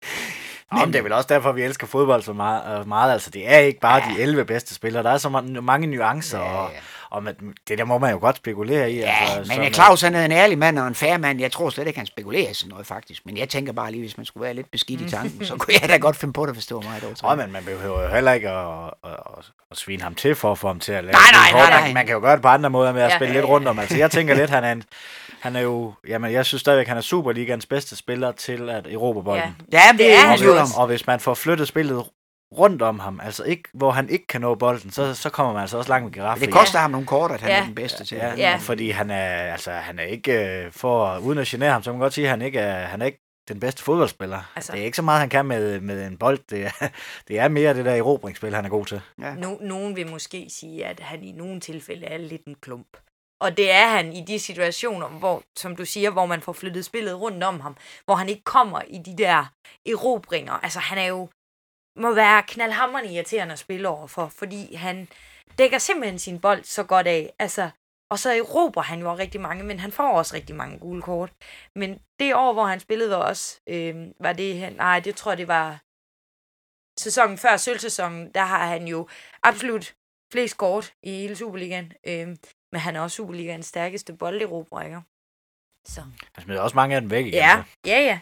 Men det er vel også derfor, vi elsker fodbold så meget. Altså, det er ikke bare de 11 bedste spillere. Der er så mange nuancer, og det der må man jo godt spekulere i. Ja, altså, men Claus han er en ærlig mand og en fair mand. Jeg tror slet ikke, han spekulerer sådan noget, faktisk. Men jeg tænker bare lige, hvis man skulle være lidt beskidt i tanken, så kunne jeg da godt finde på det, hvis det var mig. Men man behøver jo heller ikke at svine ham til for at få ham til at lave nej. Man kan jo gøre det på andre måder med at spille lidt rundt om. Altså, jeg tænker lidt, han er jo... Jamen, jeg synes stadigvæk, han er Superligans bedste spiller til at erobre bolden. Ja, det er han jo. Og hvis man får flyttet spillet rundt om ham, altså ikke, hvor han ikke kan nå bolden, så kommer man altså også langt med giraffe. Det koster ham nogle kort, at han er den bedste til. Fordi han er ikke, uden at genere ham, så kan man godt sige, at han er ikke den bedste fodboldspiller. Altså, det er ikke så meget, han kan med en bold. Det er mere det der erobringsspil, han er god til. Ja. Nogen vil måske sige, at han i nogle tilfælde er lidt en klump. Og det er han i de situationer, hvor, som du siger, hvor man får flyttet spillet rundt om ham, hvor han ikke kommer i de der erobringer. Altså, han er jo, må være knaldhamrende irriterende at spille overfor, fordi han dækker simpelthen sin bold så godt af. Altså, og så erobrer han jo rigtig mange, men han får også rigtig mange gule kort. Men det år, hvor han spillede også, var det, det tror jeg, det var sæsonen før sølvsæsonen, der har han jo absolut flest kort i hele Superligaen. Men han er også Superligaens stærkeste bolderobrer, ikke? Så. Han smider også mange af dem væk igen. Ja.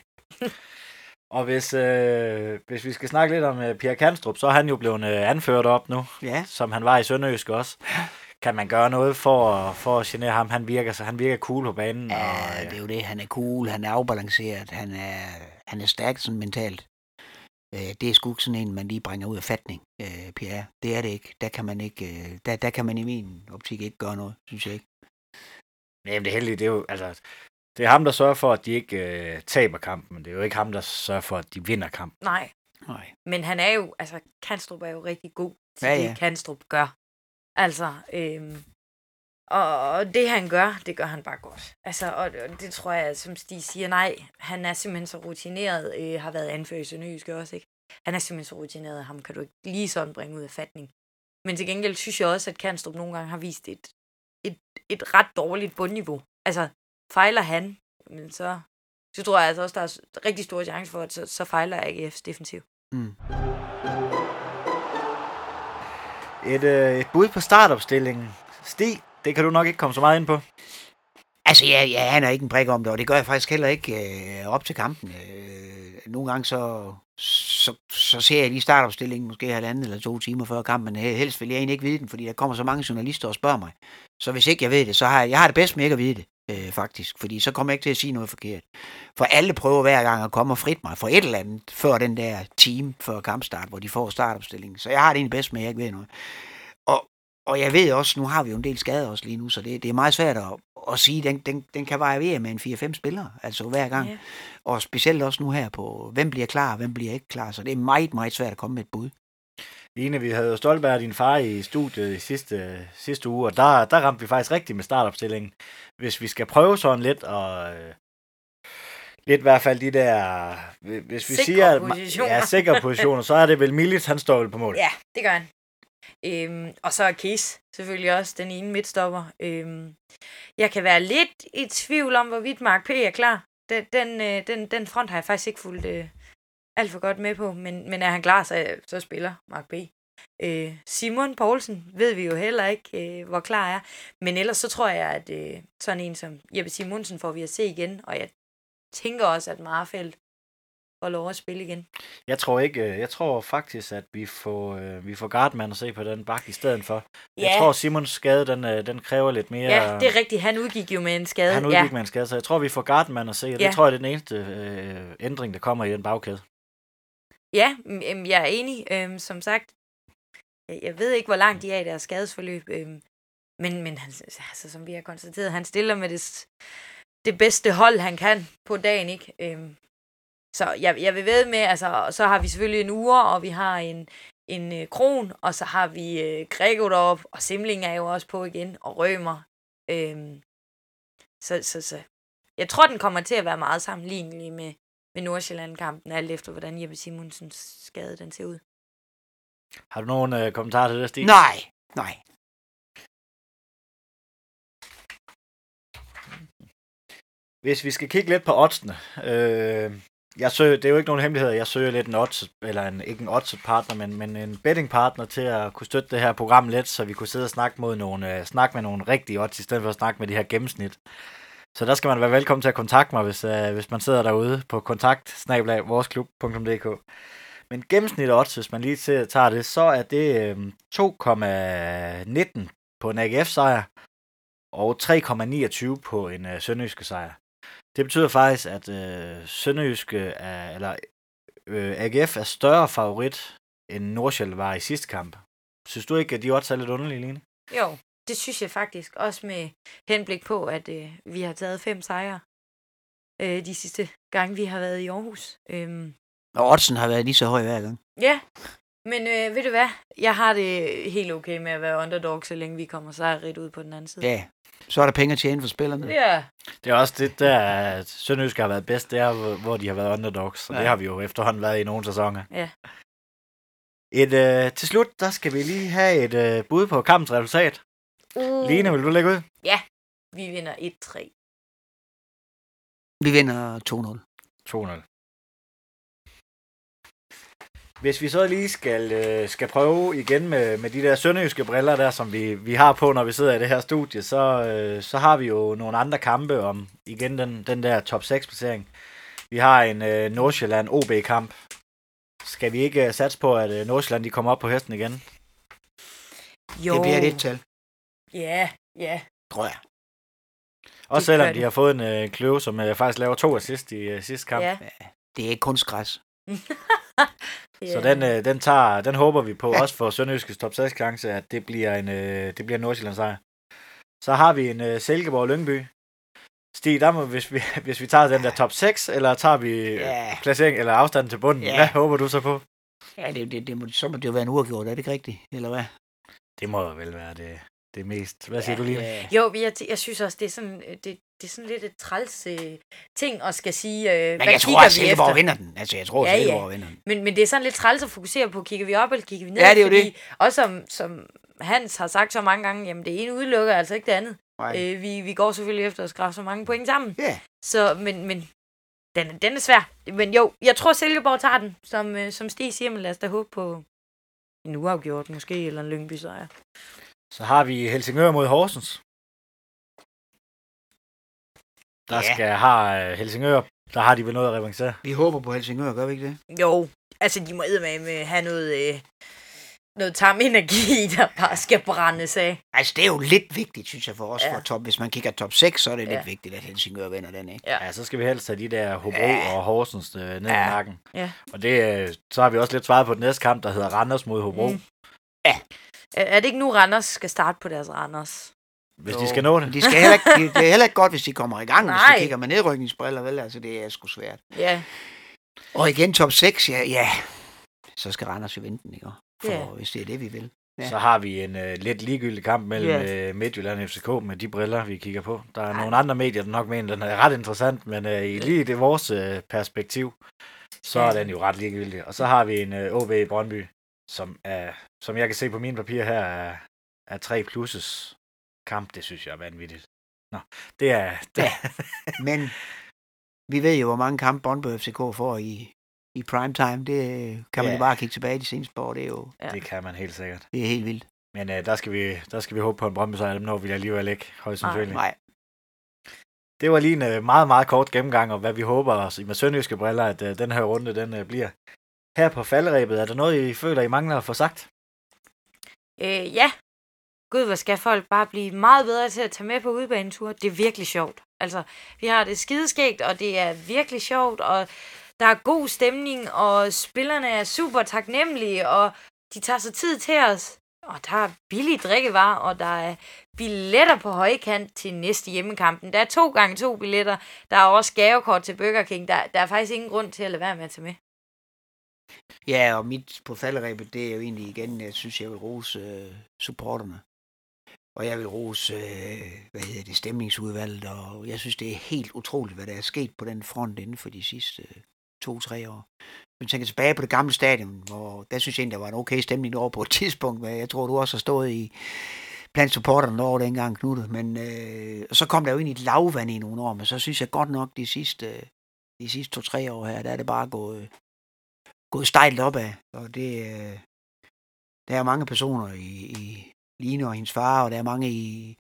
Og hvis vi skal snakke lidt om Pierre Kanstrup, så er han jo blevet anført op nu, som han var i Sønderjysk også. Kan man gøre noget for at genere ham? Han virker cool på banen. Ja, det er jo det. Han er cool, han er afbalanceret, han er stærk sådan mentalt. Det er sgu ikke sådan en, man lige bringer ud af fatning, Pierre. Det er det ikke. Der kan man ikke, der kan man i min optik ikke gøre noget, synes jeg ikke. Jamen det heldige, det er jo, altså, det er ham, der sørger for, at de ikke taber kampen, men det er jo ikke ham, der sørger for, at de vinder kampen. Nej. Men han er jo, altså, Kanstrup er jo rigtig god til det, Kanstrup gør. Altså, og det han gør, det gør han bare godt. Altså, og det tror jeg, som Stig siger, nej, han er simpelthen så rutineret, har været anført i Sønderjyske også, ikke? Han er simpelthen så rutineret, ham kan du ikke lige sådan bringe ud af fatning. Men til gengæld synes jeg også, at Kanstrup nogle gange har vist et ret dårligt bundniveau. Altså, fejler han, men så tror jeg altså også, der er rigtig store chance for, at så fejler AGF's defensiv. Et bud på startopstillingen. Stig, det kan du nok ikke komme så meget ind på. Altså, jeg aner ikke en brik om det, og det gør jeg faktisk heller ikke op til kampen. Nogle gange så ser jeg lige startopstillingen måske 1,5 eller 2 timer før kampen. Helst vil jeg egentlig ikke vide den, fordi der kommer så mange journalister og spørger mig. Så hvis ikke jeg ved det, så har jeg det bedst med ikke at vide det, faktisk. Fordi så kommer jeg ikke til at sige noget forkert. For alle prøver hver gang at komme og frit mig for et eller andet, før den der time før kampstart, hvor de får startopstillingen. Så jeg har det egentlig bedst med, at jeg ikke ved noget. Og jeg ved også, nu har vi jo en del skader også lige nu, så det er meget svært at sige, den kan variere med en 4-5 spillere, altså hver gang. Yeah. Og specielt også nu her på, hvem bliver klar, hvem bliver ikke klar, så det er meget, meget svært at komme med et bud. Line, vi havde jo Stolberg, din far, i studiet i sidste uge, og der ramte vi faktisk rigtigt med startopstillingen. Hvis vi skal prøve sådan lidt, og lidt i hvert fald de der, hvis vi siger, sikre positioner, så er det vel Milic, han står vel på mål. Ja, det gør han. Og så er Kies selvfølgelig også den ene midtstopper. Jeg kan være lidt i tvivl om, hvorvidt Mark P. er klar. Den front har jeg faktisk ikke fulgt alt for godt med på, men er han klar, så spiller Mark P. Simon Poulsen ved vi jo heller ikke, hvor klar er. Men ellers så tror jeg, at sådan en som Jeppe Simonsen får vi at se igen, og jeg tænker også, at Marfeldt får lov at spille igen. Jeg tror faktisk, at vi får Gartman at se på den bak i stedet for. Ja. Jeg tror, Simons skade, den kræver lidt mere. Ja, det er rigtigt. Han udgik jo med en skade. Med en skade, så jeg tror, vi får Gartman at se. Og det tror jeg, det er den eneste ændring, der kommer i den bagkæde. Ja, jeg er enig. Som sagt, jeg ved ikke, hvor langt de er i deres skadesforløb. Men han, altså, som vi har konstateret, han stiller med det bedste hold, han kan på dagen, ikke? Så jeg vil ved med, altså, så har vi selvfølgelig en Ure, og vi har en Kron, og så har vi Grego deroppe, og Simling er jo også på igen, og Rømer. Så jeg tror, den kommer til at være meget sammenlignelig med Nordsjælland-kampen, alt efter hvordan Jeppe Simonsens skade den ser ud. Har du nogen kommentarer til det, Stig? Nej. Hvis vi skal kigge lidt på oddsene. Det er jo ikke nogen hemmelighed, jeg søger lidt en odds, eller ikke en odds partner, men en betting partner til at kunne støtte det her program lidt, så vi kunne sidde og snakke med nogle rigtige odds, i stedet for at snakke med de her gennemsnit. Så der skal man være velkommen til at kontakte mig, hvis man sidder derude på kontakt@voresklub.dk. Men gennemsnit odds, hvis man lige tager det, så er det 2,19 på en AGF-sejr, og 3,29 på en sønderjyske sejr. Det betyder faktisk, at AGF er større favorit, end Nordsjælland var i sidste kamp. Synes du ikke, at de odds er lidt underlige, Line? Jo, det synes jeg faktisk. Også med henblik på, at vi har taget 5 sejre de sidste gange, vi har været i Aarhus. Og oddsen har været lige så høj hver gang. Ja, men ved du hvad? Jeg har det helt okay med at være underdog, så længe vi kommer sejrigt ud på den anden side. Ja, så er der penge at tjene for spillerne. Ja. Det er også det der, at Sønderjysk har været bedst, det er, hvor de har været underdogs. Så det har vi jo efterhånden været i nogle sæsoner. Ja. Til slut, der skal vi lige have et bud på kampens resultat. Line, vil du lægge ud? Ja, vi vinder 1-3. Vi vinder 2-0. 2-0. Hvis vi så lige skal prøve igen med de der sønderjyske briller der, som vi har på, når vi sidder i det her studie, så har vi jo nogle andre kampe om igen den der top 6-placering. Vi har en Nordsjælland OB-kamp. Skal vi ikke satse på, at Nordsjælland de kommer op på hesten igen? Jo. Det bliver et tal. Ja. Tror jeg. Også selvom de har fået en kløve, som faktisk laver 2 assist i sidste kamp. Ja. Det er ikke kunstgræs. Så den håber vi på, også for Sønderjyskes top 6 chance, at det bliver en Nordsjælland sejr. Så har vi en Silkeborg Lyngby. Stig, der må, hvis vi tager den der top 6, eller tager vi placering eller afstanden til bunden, hvad håber du så på? Ja, så må det jo være en uafgjort, er det ikke rigtigt, eller hvad? Det må jo vel være det mest. Hvad siger du lige? Jo, jeg synes også, det er sådan lidt et træls ting at skal sige, men jeg tror, at Silkeborg vinder den. Altså, jeg tror, at Silkeborg vinder den. Men det er sådan lidt træls at fokusere på, kigger vi op eller kigger vi ned? Ja, det er jo det. Også som Hans har sagt så mange gange, jamen det ene udelukker altså ikke det andet. Vi går selvfølgelig efter at skrave så mange point sammen. Ja. Så, men den er svær. Men jo, jeg tror, Silkeborg tager den, som Stig siger, men lad os da håbe på en uafgjort måske, eller en Lyngby sejr. Så har vi Helsingør mod Horsens. Har Helsingør, der har de vel noget at revancere. Vi håber på Helsingør, gør vi ikke det? Jo, altså de må med have noget tarmenergi, der bare skal brændes af. Altså det er jo lidt vigtigt, synes jeg, for os for top. Hvis man kigger top 6, så er det lidt vigtigt, at Helsingør vinder den, ikke? Ja, så skal vi helst have de der Hobro og Horsens ned i nakken. Ja. Og så har vi også lidt svaret på den næste kamp, der hedder Randers mod Hobro. Ja. Er det ikke nu, Randers skal starte på deres Randers? Hvis de skal nå det. De skal det er heller ikke godt, hvis de kommer i gang, hvis de kigger med nedrykningsbriller, vel? Altså, det er sgu svært. Ja. Og igen top 6, så skal Randers jo vinde den, ikke? Hvis det er det, vi vil. Ja. Så har vi en lidt ligegyldig kamp mellem Midtjylland og FCK med de briller, vi kigger på. Der er nogle andre medier, der nok mener, den er ret interessant, men lige i det vores perspektiv, så er den jo ret ligegyldig. Og så har vi en OB i Brøndby, som jeg kan se på mine papirer her, er 3 plusses kamp. Det synes jeg er vanvittigt. Nå, det er... Men vi ved jo, hvor mange kampe Brøndby og FCK får i primetime. Det kan man jo bare kigge tilbage i de seneste år. Det er jo... Det kan man helt sikkert. Det er helt vildt. Men der skal vi håbe på en Brøndby-sejr, dem når vi alligevel ikke højst sandsynligt. Nej. Det var lige en meget, meget kort gennemgang, og hvad vi håber med sønderjyske briller, at den her runde, den bliver. Her på falderæbet, er der noget, I føler, I mangler at få sagt? Ja. Gud, hvad skal folk bare blive meget bedre til at tage med på udebaneture? Det er virkelig sjovt. Altså, vi har det skideskægt, og det er virkelig sjovt, og der er god stemning, og spillerne er super taknemmelige, og de tager sig tid til os. Og der er billige drikkevarer, og der er billetter på højkant til næste hjemmekampen. Der er 2x2 billetter. Der er også gavekort til Burger King. Der er faktisk ingen grund til at lade være med at tage med. Ja, og mit på falderæbet, det er jo egentlig igen, jeg synes, jeg vil rose supporterne. Og jeg vil rose, stemningsudvalget, og jeg synes, det er helt utroligt, hvad der er sket på den front inden for de sidste 2-3 år. Jeg tænker tilbage på det gamle stadion, hvor der synes jeg egentlig, der var en okay stemning over på et tidspunkt, men jeg tror, du også har stået i blandt supporterne over dengang, Knutte. Men så kom der jo ind i et lavvand i nogle år, men så synes jeg godt nok, de sidste 2-3 år her, der er det bare gået stejlt opad. Og der er mange personer i Line og hendes far, og der er mange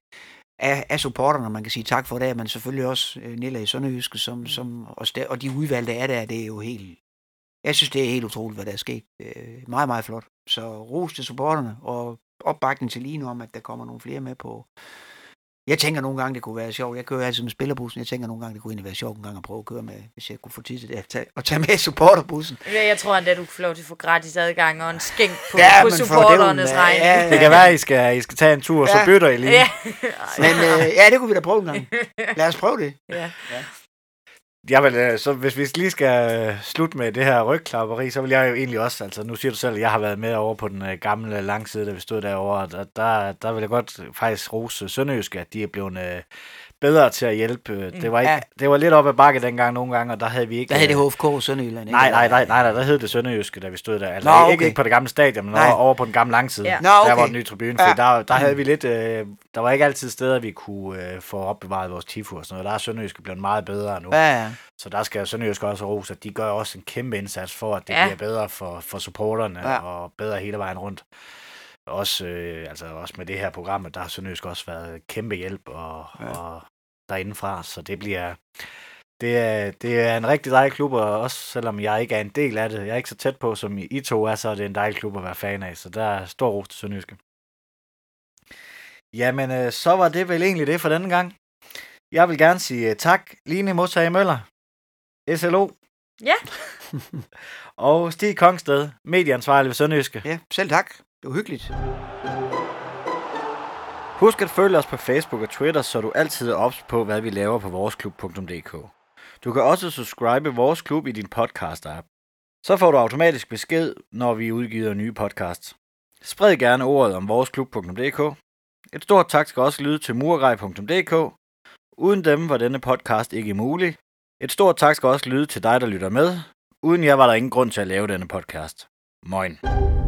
af supporterne, man kan sige tak for det, men selvfølgelig også Nilla i Sønderjyske, og de udvalgte er der, det er jo helt. Jeg synes, det er helt utroligt, hvad der er sket. Meget, meget flot. Så ros til supporterne, og opbakning til Line om, at der kommer nogle flere med på. Jeg tænker nogle gange, det kunne være sjovt. Jeg kører altid med spillerbussen. Jeg tænker nogle gange, det kunne egentlig være sjovt en gang at prøve at køre med, hvis jeg kunne få tid til det, at tage med supporterbussen. Ja, jeg tror endda, du kan få lov til at få gratis adgang og en skænk på supporternes regning. Ja. Det kan være, I skal tage en tur, og så bytter I lige. Ja. Men det kunne vi da prøve en gang. Lad os prøve det. Ja. Jeg vil, så hvis vi lige skal slutte med det her rygklapperi, så vil jeg jo egentlig også, altså nu siger du selv, at jeg har været med over på den gamle langside, da vi stod derovre, og der vil jeg godt faktisk rose Sønderjyske, at de er blevet bedre til at hjælpe. Det var lidt op ad bakke dengang nogle gange, og der havde vi ikke. Der hed det HFK Sønderjylland. Nej, der hed det Sønderjyske, da vi stod der. Altså ikke på det gamle stadion, men over på den gamle langside. Ja. Der var den nye tribune, fordi der havde vi lidt. Der var ikke altid steder, vi kunne få opbevaret vores tifo og sådan noget. Der er Sønderjyske blevet meget bedre nu. Ja. Så der skal Sønderjyske også rose, at de gør også en kæmpe indsats for, at det bliver bedre for supporterne og bedre hele vejen rundt. Også med det her program, der har Sønderjyske også været kæmpe hjælp og derindefra, så det er en rigtig dejlig klub, og også selvom jeg ikke er en del af det, jeg er ikke så tæt på, som I to er, så er det en dejlig klub at være fan af, så der er stor ros til Sønderjyske. Jamen, så var det vel egentlig det for denne gang. Jeg vil gerne sige tak, Line Mosage Møller, SLO. Ja. Og Stig Kongsted, medieansvarlig ved Sønderjyske. Ja, selv tak. Det var hyggeligt. Husk at følge os på Facebook og Twitter, så du altid er ops på, hvad vi laver på voresklub.dk. Du kan også subscribe vores klub i din podcast-app. Så får du automatisk besked, når vi udgiver nye podcasts. Spred gerne ordet om voresklub.dk. Et stort tak skal også lyde til murgrej.dk. Uden dem var denne podcast ikke mulig. Et stort tak skal også lyde til dig, der lytter med. Uden jer var der ingen grund til at lave denne podcast. Moin.